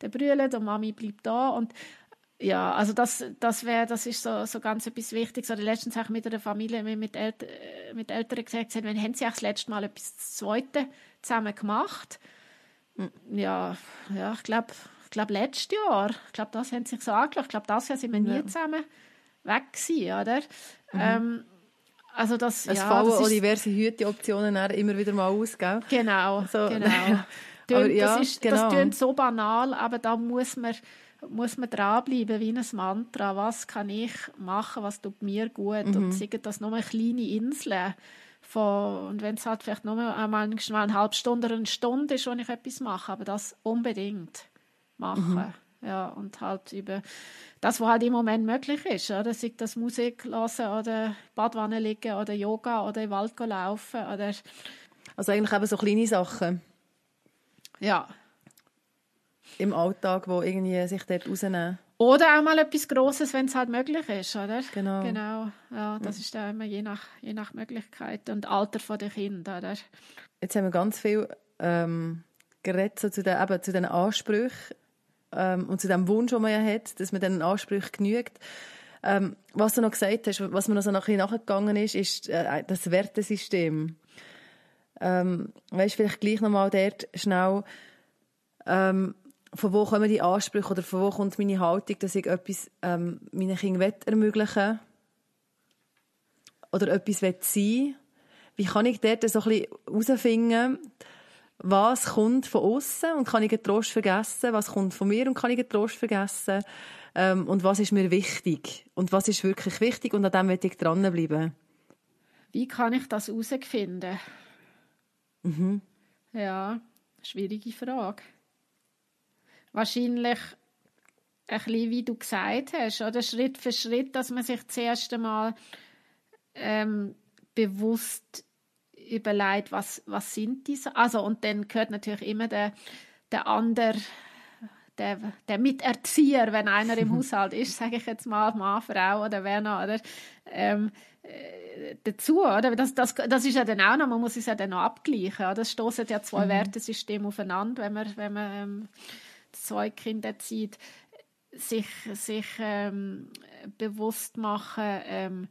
der brüllt und Mami bleibt da. Und ja, also das, das wäre, das ist so, so ganz etwas Wichtiges. Oder letztens habe ich mit einer Familie, mit, Eltern, mit Eltern gesagt, wenn haben sie auch das letzte Mal etwas Zweites zusammen gemacht? Ja, ja, ich glaube, ich glaube letztes Jahr, ich glaube, das haben sie sich so angeschaut. Ich glaube, das Jahr sind wir nie ja. zusammen weg gewesen, oder? Mhm. Ähm, also das, es ja, fallen das auch ist, diverse Hüteoptionen immer wieder mal aus, gell? Genau, so, genau. aber ja, das ist, genau. Das klingt so banal, aber da muss man muss man dranbleiben, wie ein Mantra. Was kann ich machen, was tut mir gut? Mhm. Und sagen das nur eine kleine Insel. Von, und wenn es halt vielleicht nur einmal eine halbe Stunde oder eine Stunde ist, wo ich etwas mache, aber das unbedingt machen. Mhm. Ja, und halt über das, was halt im Moment möglich ist. Oder? Sei das Musik hören oder Badwanne liegen oder Yoga oder im Wald laufen. Oder also eigentlich eben so kleine Sachen. Ja. Im Alltag, wo irgendwie sich dort rausnehmen. Oder auch mal etwas Grosses, wenn es halt möglich ist, oder? Genau. Genau. Ja, das ja. ist dann immer je nach, je nach Möglichkeit und Alter der Kinder, oder? Jetzt haben wir ganz viel ähm, geredet so zu den, eben, zu den Ansprüchen ähm, und zu dem Wunsch, den man ja hat, dass man diesen Ansprüchen genügt. Ähm, was du noch gesagt hast, was mir noch so nachgegangen ist, ist äh, das Wertesystem. Ähm, weißt du, vielleicht gleich nochmal dort schnell, ähm, von wo kommen die Ansprüche oder von wo kommt meine Haltung, dass ich etwas ähm, meinen Kindern ermöglichen oder etwas sein will. Wie kann ich dort so ein bisschen herausfinden, was kommt von außen und kann ich getrost vergessen, was kommt von mir und kann ich getrost vergessen ähm, und was ist mir wichtig und was ist wirklich wichtig und an dem will ich dranbleiben. Wie kann ich das herausfinden? Mhm. Ja, schwierige Frage. Wahrscheinlich ein bisschen, wie du gesagt hast, oder Schritt für Schritt, dass man sich zuerst einmal ähm, bewusst überlegt, was, was sind diese. Also, und dann gehört natürlich immer der, der andere, der, der Miterzieher, wenn einer im Haushalt ist, sage ich jetzt mal, Mann, Frau oder wer noch, oder? Ähm, äh, dazu, oder? Das, das, das ist ja dann auch noch, man muss es ja dann noch abgleichen, oder? Es stoßen ja zwei mhm. Wertesysteme aufeinander, wenn man, wenn man ähm, zwei Kinder erzieht, sich, sich ähm, bewusst machen, ähm,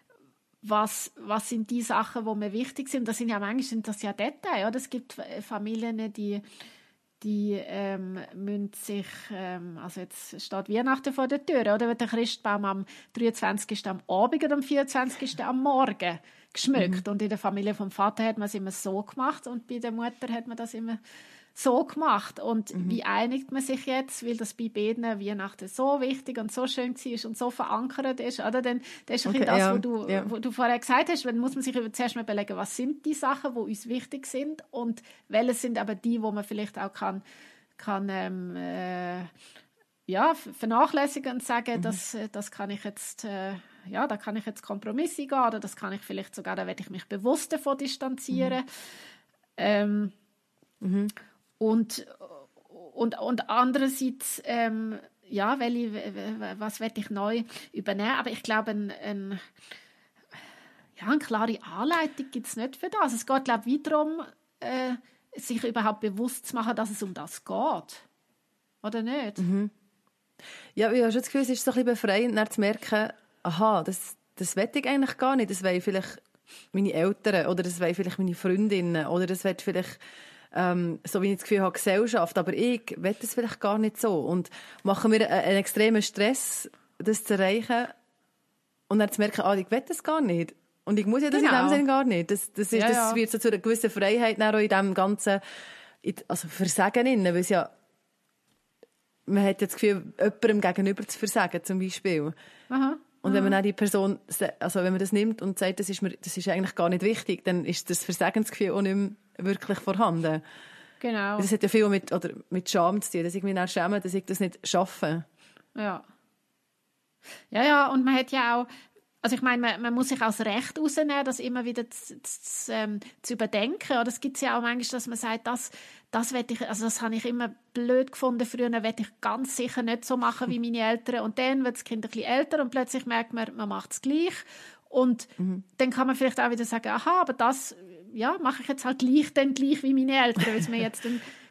was, was sind die Sachen, die mir wichtig sind. Das sind ja manchmal sind das ja Details. Oder? Es gibt Familien, die, die ähm, müssen sich, ähm, also jetzt steht Weihnachten vor der Tür, oder wird der Christbaum am dreiundzwanzigsten am Abend oder am vierundzwanzigsten am Morgen geschmückt. Mhm. Und in der Familie vom Vater hat man es immer so gemacht und bei der Mutter hat man das immer so gemacht. Und mhm. wie einigt man sich jetzt, weil das bei beiden Weihnachten so wichtig und so schön war und so verankert ist, oder? Dann, das ist okay, das, ja. was du, ja. wo du vorher gesagt hast, dann muss man sich zuerst mal überlegen, was sind die Sachen, die uns wichtig sind und welche sind aber die, wo man vielleicht auch kann, kann ähm, äh, ja, vernachlässigen und sagen, mhm. das, das kann ich jetzt, äh, ja, da kann ich jetzt Kompromisse gehen oder das kann ich vielleicht sogar, da werde ich mich bewusst davon distanzieren. Mhm. Ähm, mhm. Und, und, und andererseits, ähm, ja, welche, was werde ich neu übernehmen? Aber ich glaube, ein, ein, ja, eine klare Anleitung gibt es nicht für das. Es geht, glaube ich, darum, äh, sich überhaupt bewusst zu machen, dass es um das geht. Oder nicht? Mhm. Ja, ich habe schon das Gefühl, es ist so ein bisschen befreiend, dann zu merken, aha, das, das will ich eigentlich gar nicht. Das wollen vielleicht meine Eltern oder das wollen vielleicht meine Freundinnen oder das will vielleicht Ähm, so wie ich das Gefühl habe, Gesellschaft, aber ich will das vielleicht gar nicht so. Und machen wir einen, einen extremen Stress, das zu erreichen und dann zu merken, ah, ich will das gar nicht. Und ich muss ja das genau. in dem Sinne gar nicht. Das, das, ist, ja, das ja. wird so zu einer gewissen Freiheit auch in dem ganzen, also Versagen innen, weil es ja, man hat ja das Gefühl, jemandem gegenüber zu versagen, zum Beispiel. Aha. Und wenn man dann die Person, also wenn man das nimmt und sagt, das ist mir, das ist eigentlich gar nicht wichtig, dann ist das Versagensgefühl auch nicht mehr wirklich vorhanden. Genau. Das hat ja viel mit, oder mit Scham zu tun, dass ich mich dann schäme, dass ich das nicht schaffe. Ja. Ja, ja, und man hat ja auch, also ich meine, man, man muss sich als Recht rausnehmen, das immer wieder zu, zu, ähm, zu überdenken. Oder es gibt ja auch manchmal, dass man sagt, das, das will ich, also das habe ich immer blöd gefunden früher, will ich ganz sicher nicht so machen wie meine Eltern. Und dann wird das Kind ein bisschen älter und plötzlich merkt man, man macht es gleich. Und mhm. dann kann man vielleicht auch wieder sagen, aha, aber das ja, mache ich jetzt halt gleich, dann gleich wie meine Eltern, weil es mir jetzt dann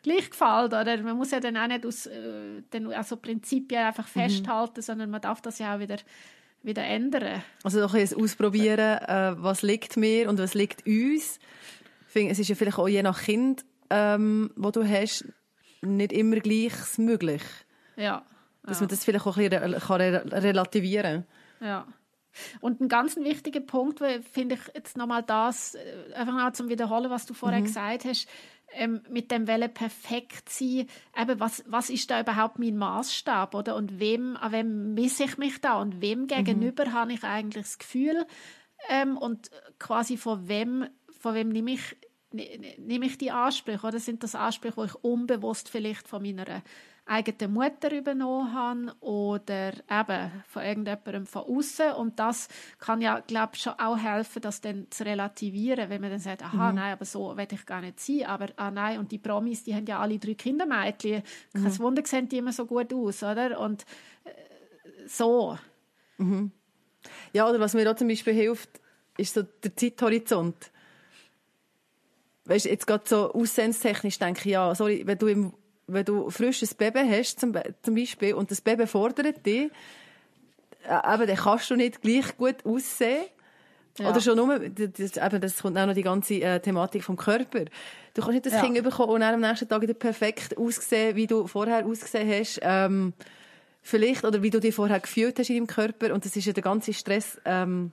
gleich gefällt. Oder man muss ja dann auch nicht aus äh, den, also Prinzipien einfach festhalten, mhm. sondern man darf das ja auch wieder, wieder ändern. Also doch ein Ausprobieren, äh, was liegt mir und was liegt uns. Ich finde, es ist ja vielleicht auch je nach Kind, ähm, wo du hast, nicht immer gleich möglich. Ja. Dass ja. man das vielleicht auch ein bisschen kann relativieren kann. Ja. Und ein ganz wichtiger Punkt, finde ich jetzt nochmal das, einfach mal zum Wiederholen, was du vorher mhm. gesagt hast, ähm, mit dem Welle perfekt sein, eben, was, was ist da überhaupt mein Maßstab, oder? Und wem, an wem misse ich mich da und wem gegenüber mhm. habe ich eigentlich das Gefühl ähm, und quasi von wem, von wem nehme ich, nehme ich die Ansprüche, oder? Sind das Ansprüche, die ich unbewusst vielleicht von meiner eigene Mutter übernommen habe oder eben von irgendjemandem von außen. Und das kann ja, glaube ich, schon auch helfen, das dann zu relativieren, wenn man dann sagt, aha, mhm. nein, aber so will ich gar nicht sein. Aber, ah nein, und die Promis, die haben ja alle drei Kindermädchen. Mhm. Kein Wunder, sehen die immer so gut aus, oder? Und äh, so. Mhm. Ja, oder was mir auch zum Beispiel hilft, ist so der Zeithorizont. Weißt du, jetzt gerade so aussehenstechnisch denke ich, ja, sorry, wenn du im wenn du frisches Baby hast, zum, zum Beispiel, und das Baby fordert dich, äh, eben, dann kannst du nicht gleich gut aussehen. Ja. Oder schon nur, das, eben, das kommt auch noch die ganze äh, Thematik vom Körper. Du kannst nicht das ja. Kind bekommen und dann am nächsten Tag wieder perfekt aussehen, wie du vorher ausgesehen hast. Ähm, vielleicht, oder wie du dich vorher gefühlt hast in deinem Körper. Und das ist ja der ganze Stress, ähm,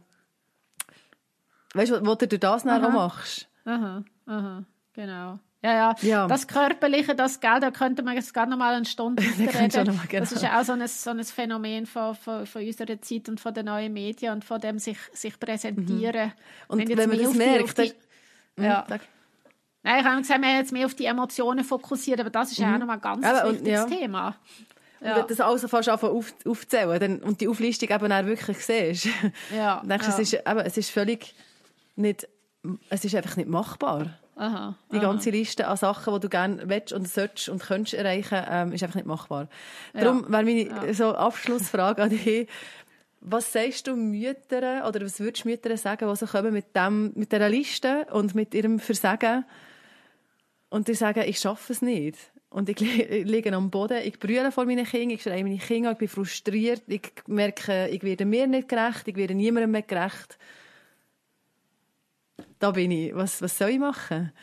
weißt du, was du durch das dann auch machst. Aha, aha, genau. Ja, ja, ja, das Körperliche, das, gell, da könnte man jetzt gerade noch mal eine Stunde reden. Mal, genau. Das ist ja auch so ein, so ein Phänomen von, von, von unserer Zeit und von den neuen Medien und von dem sich, sich präsentieren. Mhm. Und wenn, wenn man das merkt, die, die, ja. Mhm, Nein, ich habe gesagt, wir haben jetzt mehr auf die Emotionen fokussiert, aber das ist mhm. ja auch noch mal ein ganz aber, wichtiges und, ja. Thema. Ja. Und wenn du das alles fast auf, aufzählen dann, und die Auflistung eben auch wirklich siehst, ja. denkst du, ja. es, ist, eben, es ist völlig nicht, es ist einfach nicht machbar. Aha, die aha. ganze Liste an Sachen, die du gerne willst und sollst und könntest erreichen, ähm, ist einfach nicht machbar. Ja. Darum wäre meine ja. so Abschlussfrage an dich: Was sagst du Müttern oder was würdest du Müttern sagen, die so kommen mit, dem, mit dieser Liste und mit ihrem Versagen und die sagen, ich schaffe es nicht und ich liege am Boden, ich brülle vor meinen Kindern, ich schreie meine Kinder an, ich bin frustriert, ich merke, ich werde mir nicht gerecht, ich werde niemandem mehr gerecht. Da bin ich. Was, was soll ich machen?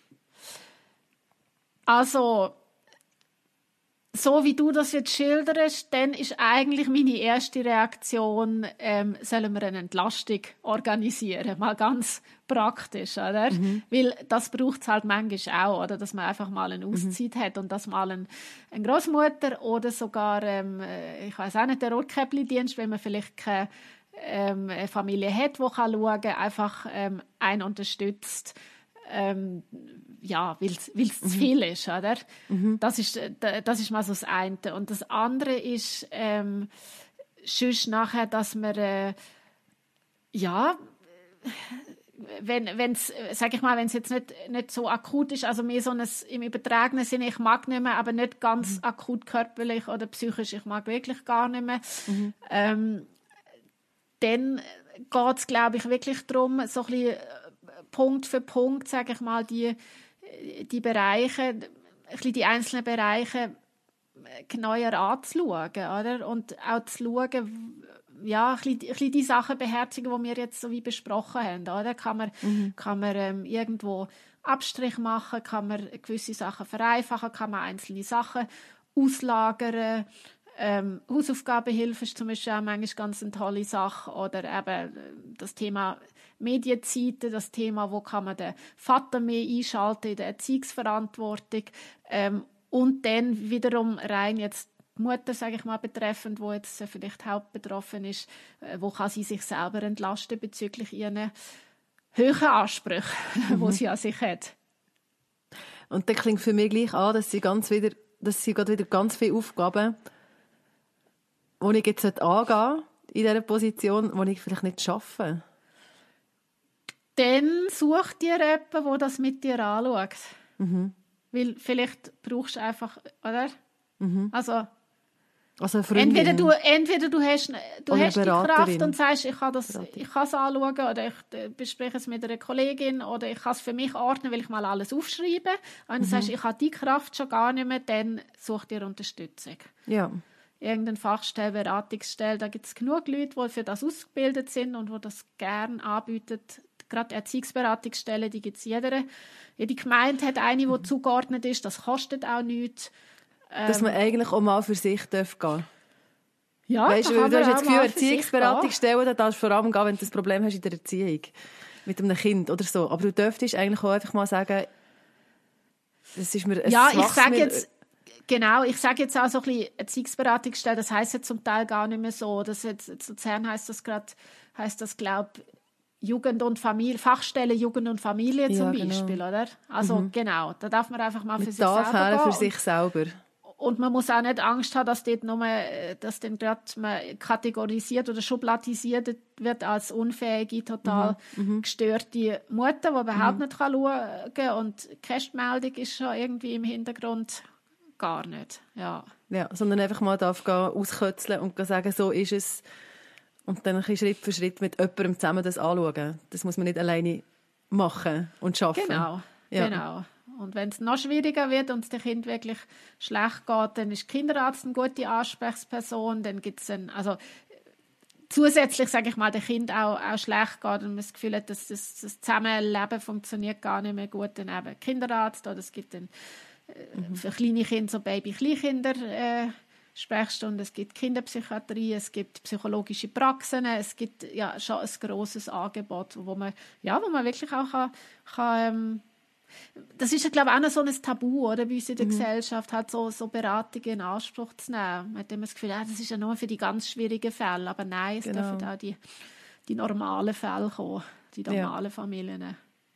Also, so wie du das jetzt schilderst, dann ist eigentlich meine erste Reaktion, ähm, sollen wir eine Entlastung organisieren? Mal ganz praktisch, oder? Mhm. Weil das braucht es halt manchmal auch, oder? Dass man einfach mal eine Auszeit mhm. hat und dass mal ein, eine Großmutter oder sogar, ähm, ich weiß auch nicht, der Rotkäppli-Dienst, wenn man vielleicht keine Ähm, eine Familie hat, die schauen kann, einfach ähm, einen unterstützt, ähm, ja, weil es mhm. zu viel ist, oder? Mhm. Das ist, das ist mal so das eine. Und das andere ist ähm, sonst nachher, dass man äh, ja, wenn es, sag ich mal, wenn es jetzt nicht, nicht so akut ist, also mehr so ein, im übertragenen Sinne, ich mag nicht mehr, aber nicht ganz mhm. akut körperlich oder psychisch, ich mag wirklich gar nicht mehr, mhm. ähm, dann geht es, glaube ich, wirklich darum, so ein bisschen Punkt für Punkt, sage ich mal, die, die Bereiche, ein bisschen die einzelnen Bereiche genauer anzuschauen, oder? Und auch zu schauen, ja, ein bisschen, ein bisschen die Sachen beherzigen, die wir jetzt so wie besprochen haben, oder? Kann man, mhm. kann man ähm, irgendwo Abstrich machen, kann man gewisse Sachen vereinfachen, kann man einzelne Sachen auslagern. Ähm, Hausaufgabenhilfe ist zum Beispiel auch manchmal ganz eine tolle Sache. Oder eben das Thema Medienzeiten, das Thema, wo kann man den Vater mehr einschalten in der Erziehungsverantwortung. Ähm, und dann wiederum rein jetzt die Mutter, sage ich mal, betreffend, wo jetzt vielleicht hauptbetroffen ist, äh, wo kann sie sich selber entlasten bezüglich ihren hohen Ansprüchen, mhm. die sie an sich hat. Und das klingt für mich gleich an, dass sie ganz wieder, dass sie gerade wieder ganz viele Aufgaben, die ich jetzt angehen in dieser Position, die ich vielleicht nicht schaffe. Dann such dir jemanden, der das mit dir anschaut. Mhm. Weil vielleicht brauchst du einfach, oder? Mhm. Also, Also entweder du, entweder du hast, du hast die Kraft und sagst, ich kann das, Beraterin. ich kann es anschauen oder ich bespreche es mit einer Kollegin oder ich kann es für mich ordnen, weil ich mal alles aufschreibe. Und wenn du mhm. sagst, ich habe die Kraft schon gar nicht mehr, dann such dir Unterstützung. Ja. Irgendeine Fachstelle, Beratungsstelle, da gibt es genug Leute, die für das ausgebildet sind und die das gerne anbieten. Gerade Erziehungsberatungsstellen, die gibt es jeder. Jede Gemeinde hat eine, die mhm. zugeordnet ist, das kostet auch nichts. Dass man eigentlich auch mal für sich gehen darf. Ja, weißt, du, du hast jetzt das Gefühl, Erziehungsberatungsstellen, da darfst du vor allem gehen, wenn du ein Problem hast in der Erziehung. Mit einem Kind oder so. Aber du dürftest eigentlich auch einfach mal sagen, das ist mir ein Ja, ich sage jetzt, genau, ich sage jetzt auch so ein bisschen Erziehungsberatungsstellen, das heisst ja zum Teil gar nicht mehr so. Das jetzt, in Luzern heisst das gerade, heisst das, glaube ich, Jugend und Familie, Fachstelle Jugend und Familie zum ja, Beispiel, genau. Oder? Also mhm. genau, da darf man einfach mal für man sich selber gehen. für sich selber. Und man muss auch nicht Angst haben, dass dort nur, dass dann gerade man kategorisiert oder schubladisiert wird als unfähige, total mhm. gestörte Mutter, die überhaupt mhm. nicht schauen kann. Und die Kästmeldung ist schon irgendwie im Hintergrund gar nicht. Ja, ja sondern einfach mal darf gehen, auskötzeln und sagen, so ist es. Und dann ein Schritt für Schritt mit jemandem zusammen das anschauen. Das muss man nicht alleine machen und schaffen. Genau, ja. genau. Und wenn es noch schwieriger wird und es dem Kind wirklich schlecht geht, dann ist der Kinderarzt eine gute Ansprechperson. Dann gibt es also zusätzlich, sage ich mal, dem Kind auch, auch schlecht geht und man das Gefühl hat, dass das, das Zusammenleben funktioniert gar nicht mehr gut, dann eben Kinderarzt oder es gibt dann äh, mhm. für kleine Kinder so Baby-Kleinkinder äh, Sprechstunden, es gibt Kinderpsychiatrie, es gibt psychologische Praxen, es gibt ja schon ein grosses Angebot, wo man, ja, wo man wirklich auch kann, kann ähm, das ist ja, glaube ich, auch noch so ein Tabu, oder, bei uns in der mhm. Gesellschaft, halt so, so Beratungen in Anspruch zu nehmen. Man hat immer das Gefühl, ja, das ist ja nur für die ganz schwierigen Fälle, aber nein, es genau. dürfen auch die, die normalen Fälle kommen, die normalen ja. Familien.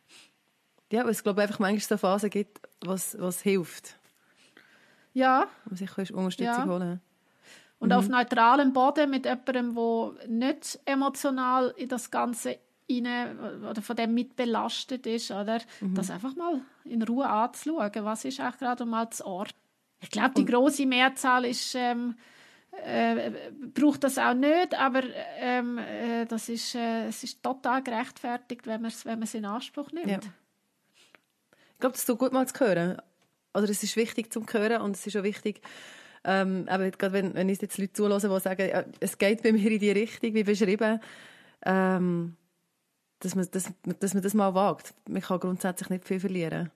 Ja, aber es glaube einfach manchmal so Phasen gibt, was, was hilft. Ja. Um sich Unterstützung ja. holen. Und mhm. auf neutralem Boden mit jemandem, der nicht emotional in das Ganze rein, oder von dem mit belastet ist, oder? Mhm. Das einfach mal in Ruhe anzuschauen. Was ist eigentlich gerade mal das Ort? Ich glaube, die grosse Mehrzahl ist, ähm, äh, braucht das auch nicht, aber ähm, äh, das ist, äh, es ist total gerechtfertigt, wenn man es wenn in Anspruch nimmt. Ja. Ich glaube, das tut gut mal zu hören. Oder es ist wichtig zum Hören und es ist auch wichtig, ähm, aber gerade wenn, wenn ich jetzt Leute zuhören, die sagen, ja, es geht bei mir in die Richtung, wie beschrieben, ähm, dass man, dass, dass man das mal wagt. Man kann grundsätzlich nicht viel verlieren.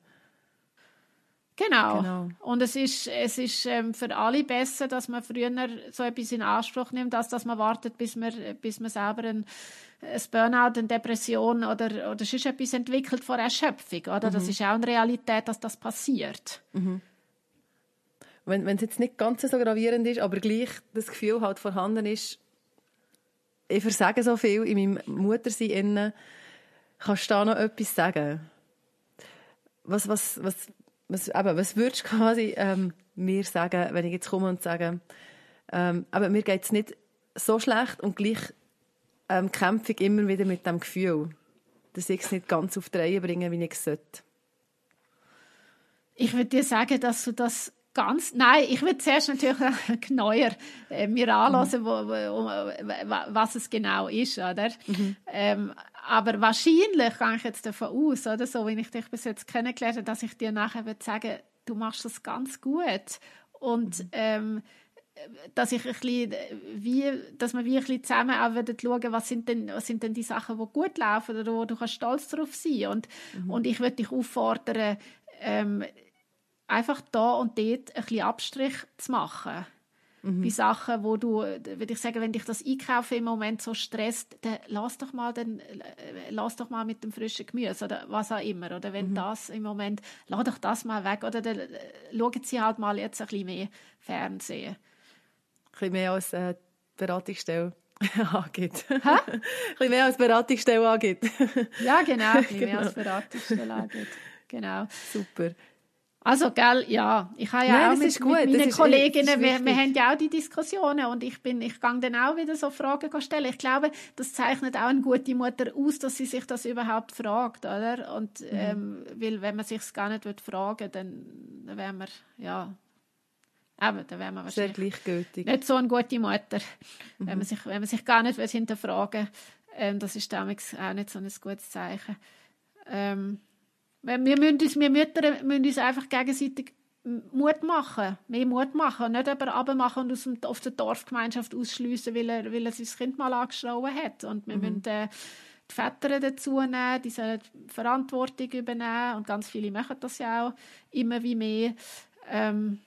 Genau. genau. Und es ist, es ist ähm, für alle besser, dass man früher so etwas in Anspruch nimmt, als dass man wartet, bis man, bis man selber ein, ein Burnout, eine Depression oder, oder sonst etwas entwickelt vor Erschöpfung. Oder? Mhm. Das ist auch eine Realität, dass das passiert. Mhm. Wenn, wenn es jetzt nicht ganz so gravierend ist, aber gleich das Gefühl halt vorhanden ist, ich versage so viel in meinem Muttersein innen, kannst du da noch etwas sagen? Was, was, was, was, eben, was würdest du quasi ähm, mir sagen, wenn ich jetzt komme und sage, ähm, aber mir geht es nicht so schlecht und gleich ähm, kämpfe ich immer wieder mit dem Gefühl, dass ich es nicht ganz auf die Reihe bringe, wie ich es sollte? Ich würde dir sagen, dass du das ganz... Nein, ich würde zuerst natürlich genauer äh, mir anhören, mhm. wo, wo, was es genau ist, oder? Mhm. Ähm, aber wahrscheinlich gehe ich jetzt davon aus, oder, so wie ich dich bis jetzt kennengelernt habe, dass ich dir nachher würde sagen, du machst das ganz gut. Und mhm. ähm, dass ich ein bisschen, wie, dass wir wie ein bisschen zusammen auch schauen, was sind denn, was sind denn die Sachen, die gut laufen oder wo du kannst stolz darauf sein. Und, mhm. und ich würde dich auffordern, ähm, einfach da und dort ein bisschen Abstrich zu machen. Mhm. Bei Sachen, wo du, würde ich sagen, wenn dich das Einkaufen im Moment so stresst, dann lass doch mal, dann, lass doch mal mit dem frischen Gemüse oder was auch immer. Oder wenn mhm. das im Moment, lass doch das mal weg. Oder dann schauen sie halt mal jetzt ein bisschen mehr Fernsehen. Ein bisschen mehr als äh, Beratungsstelle angeht. Hä? Ein bisschen mehr als Beratungsstelle angeht. Ja, genau. Ein bisschen genau. mehr als Beratungsstelle angeht. Genau. Super. Also, gell, ja, ich habe ja Nein, auch mit, mit meinen ist, Kolleginnen, wir, wir haben ja auch die Diskussionen und ich bin, ich gehe dann auch wieder so Fragen stellen. Ich glaube, das zeichnet auch eine gute Mutter aus, dass sie sich das überhaupt fragt, oder? Und, ähm, weil, wenn man sich es gar nicht fragen würde, dann, dann wären wir, ja, Aber da wäre man wahrscheinlich sehr gleichgültig. Nicht so eine gute Mutter, Mhm. wenn, man sich, wenn man sich gar nicht hinterfragen will. Ähm, das ist damals auch nicht so ein gutes Zeichen. Ähm, wir, müssen uns, wir Mütter müssen uns einfach gegenseitig Mut machen, mehr Mut machen, nicht jemanden abmachen und aus dem, auf der Dorfgemeinschaft ausschliessen, weil er, weil er sein Kind mal angeschrien hat. Und wir mhm. müssen äh, die Väter dazu nehmen, diese Verantwortung übernehmen und ganz viele machen das ja auch immer wie mehr. Ähm,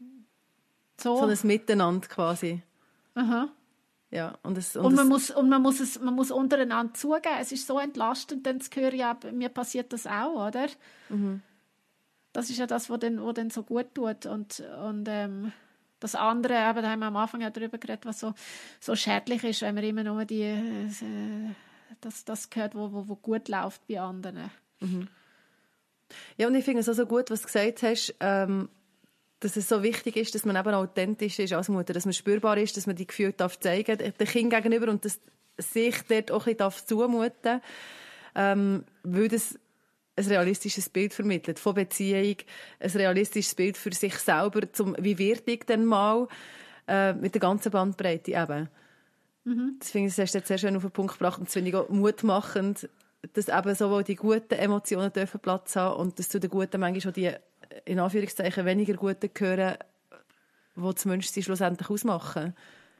so. so ein Miteinander quasi. Aha. Ja, und, es, und, und, man es, muss, und man muss es man muss untereinander zugeben. Es ist so entlastend, dann zu hören, ja, mir passiert das auch, oder? Mhm. Das ist ja das, was dann, was dann so gut tut. Und, und ähm, das andere, eben, da haben wir am Anfang ja darüber geredet, was so, so schädlich ist, wenn man immer nur die, äh, das, das hört, was wo, wo gut läuft bei anderen. Mhm. Ja, und ich finde es auch so gut, was du gesagt hast, ähm, dass es so wichtig ist, dass man eben authentisch ist als Mutter, dass man spürbar ist, dass man die Gefühle darf zeigen darf, dem Kind gegenüber, und dass sich dort auch ein bisschen zumuten darf, ähm, weil das ein realistisches Bild vermittelt von Beziehung, ein realistisches Bild für sich selber, zum, wie wird ich denn mal, äh, mit der ganzen Bandbreite eben. Mhm. Das finde ich, das hast du jetzt sehr schön auf den Punkt gebracht, und das finde ich auch mutmachend, dass eben sowohl die guten Emotionen dürfen Platz haben und dass zu den guten manchmal auch die, in Anführungszeichen, weniger guten gehören, die das Menschsein schlussendlich ausmachen.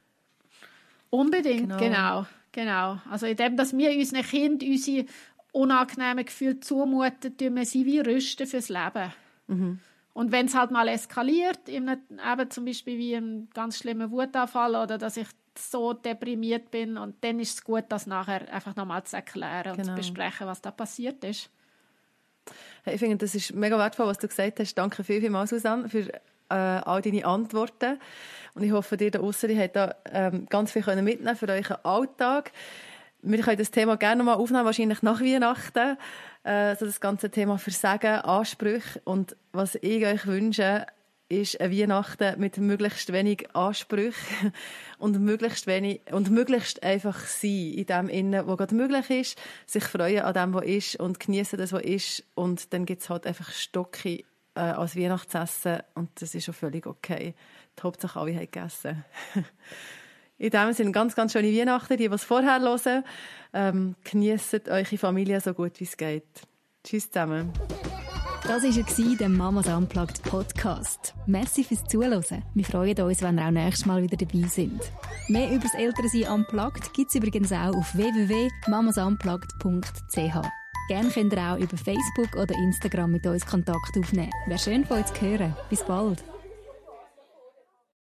Unbedingt, genau. genau. genau. Also in dem, dass wir unseren Kindern unsere unangenehmen Gefühle zumuten, tun wir sie wie rüsten fürs Leben. Mhm. Und wenn es halt mal eskaliert, eben zum Beispiel wie ein ganz schlimmer Wutanfall oder dass ich so deprimiert bin, und dann ist es gut, das nachher einfach nochmal zu erklären und genau. zu besprechen, was da passiert ist. Hey, ich finde, das ist mega wertvoll, was du gesagt hast. Danke viel, vielmals, Susanne, für äh, all deine Antworten. Und ich hoffe, ihr da draussen habt da ähm, ganz viel mitnehmen können für euren Alltag. Wir können das Thema gerne noch mal aufnehmen, wahrscheinlich nach Weihnachten. Äh, also das ganze Thema Versagen, Ansprüche. Und was ich euch wünsche, ist ein Weihnachten mit möglichst wenig Ansprüchen und möglichst wenig und möglichst einfach sein in dem Innen, was gerade möglich ist, sich freuen an dem, was ist, und genießen das, was ist, und dann gibt es halt einfach Stocki äh, als Weihnachtsessen, und das ist auch völlig okay. Die Hauptsache alle haben gegessen. In dem Sinne ganz, ganz schöne Weihnachten, die, die es vorher hören. Ähm, genießt eure Familie so gut, wie es geht. Tschüss zusammen. Das war er, der Mamas Unplugged Podcast. Merci fürs Zuhören. Wir freuen uns, wenn ihr auch nächstes Mal wieder dabei sind. Mehr über das Elternsein Unplugged gibt es übrigens auch auf w w w punkt mamas unplugged punkt c h. Gerne könnt ihr auch über Facebook oder Instagram mit uns Kontakt aufnehmen. Wäre schön von euch zu hören. Bis bald.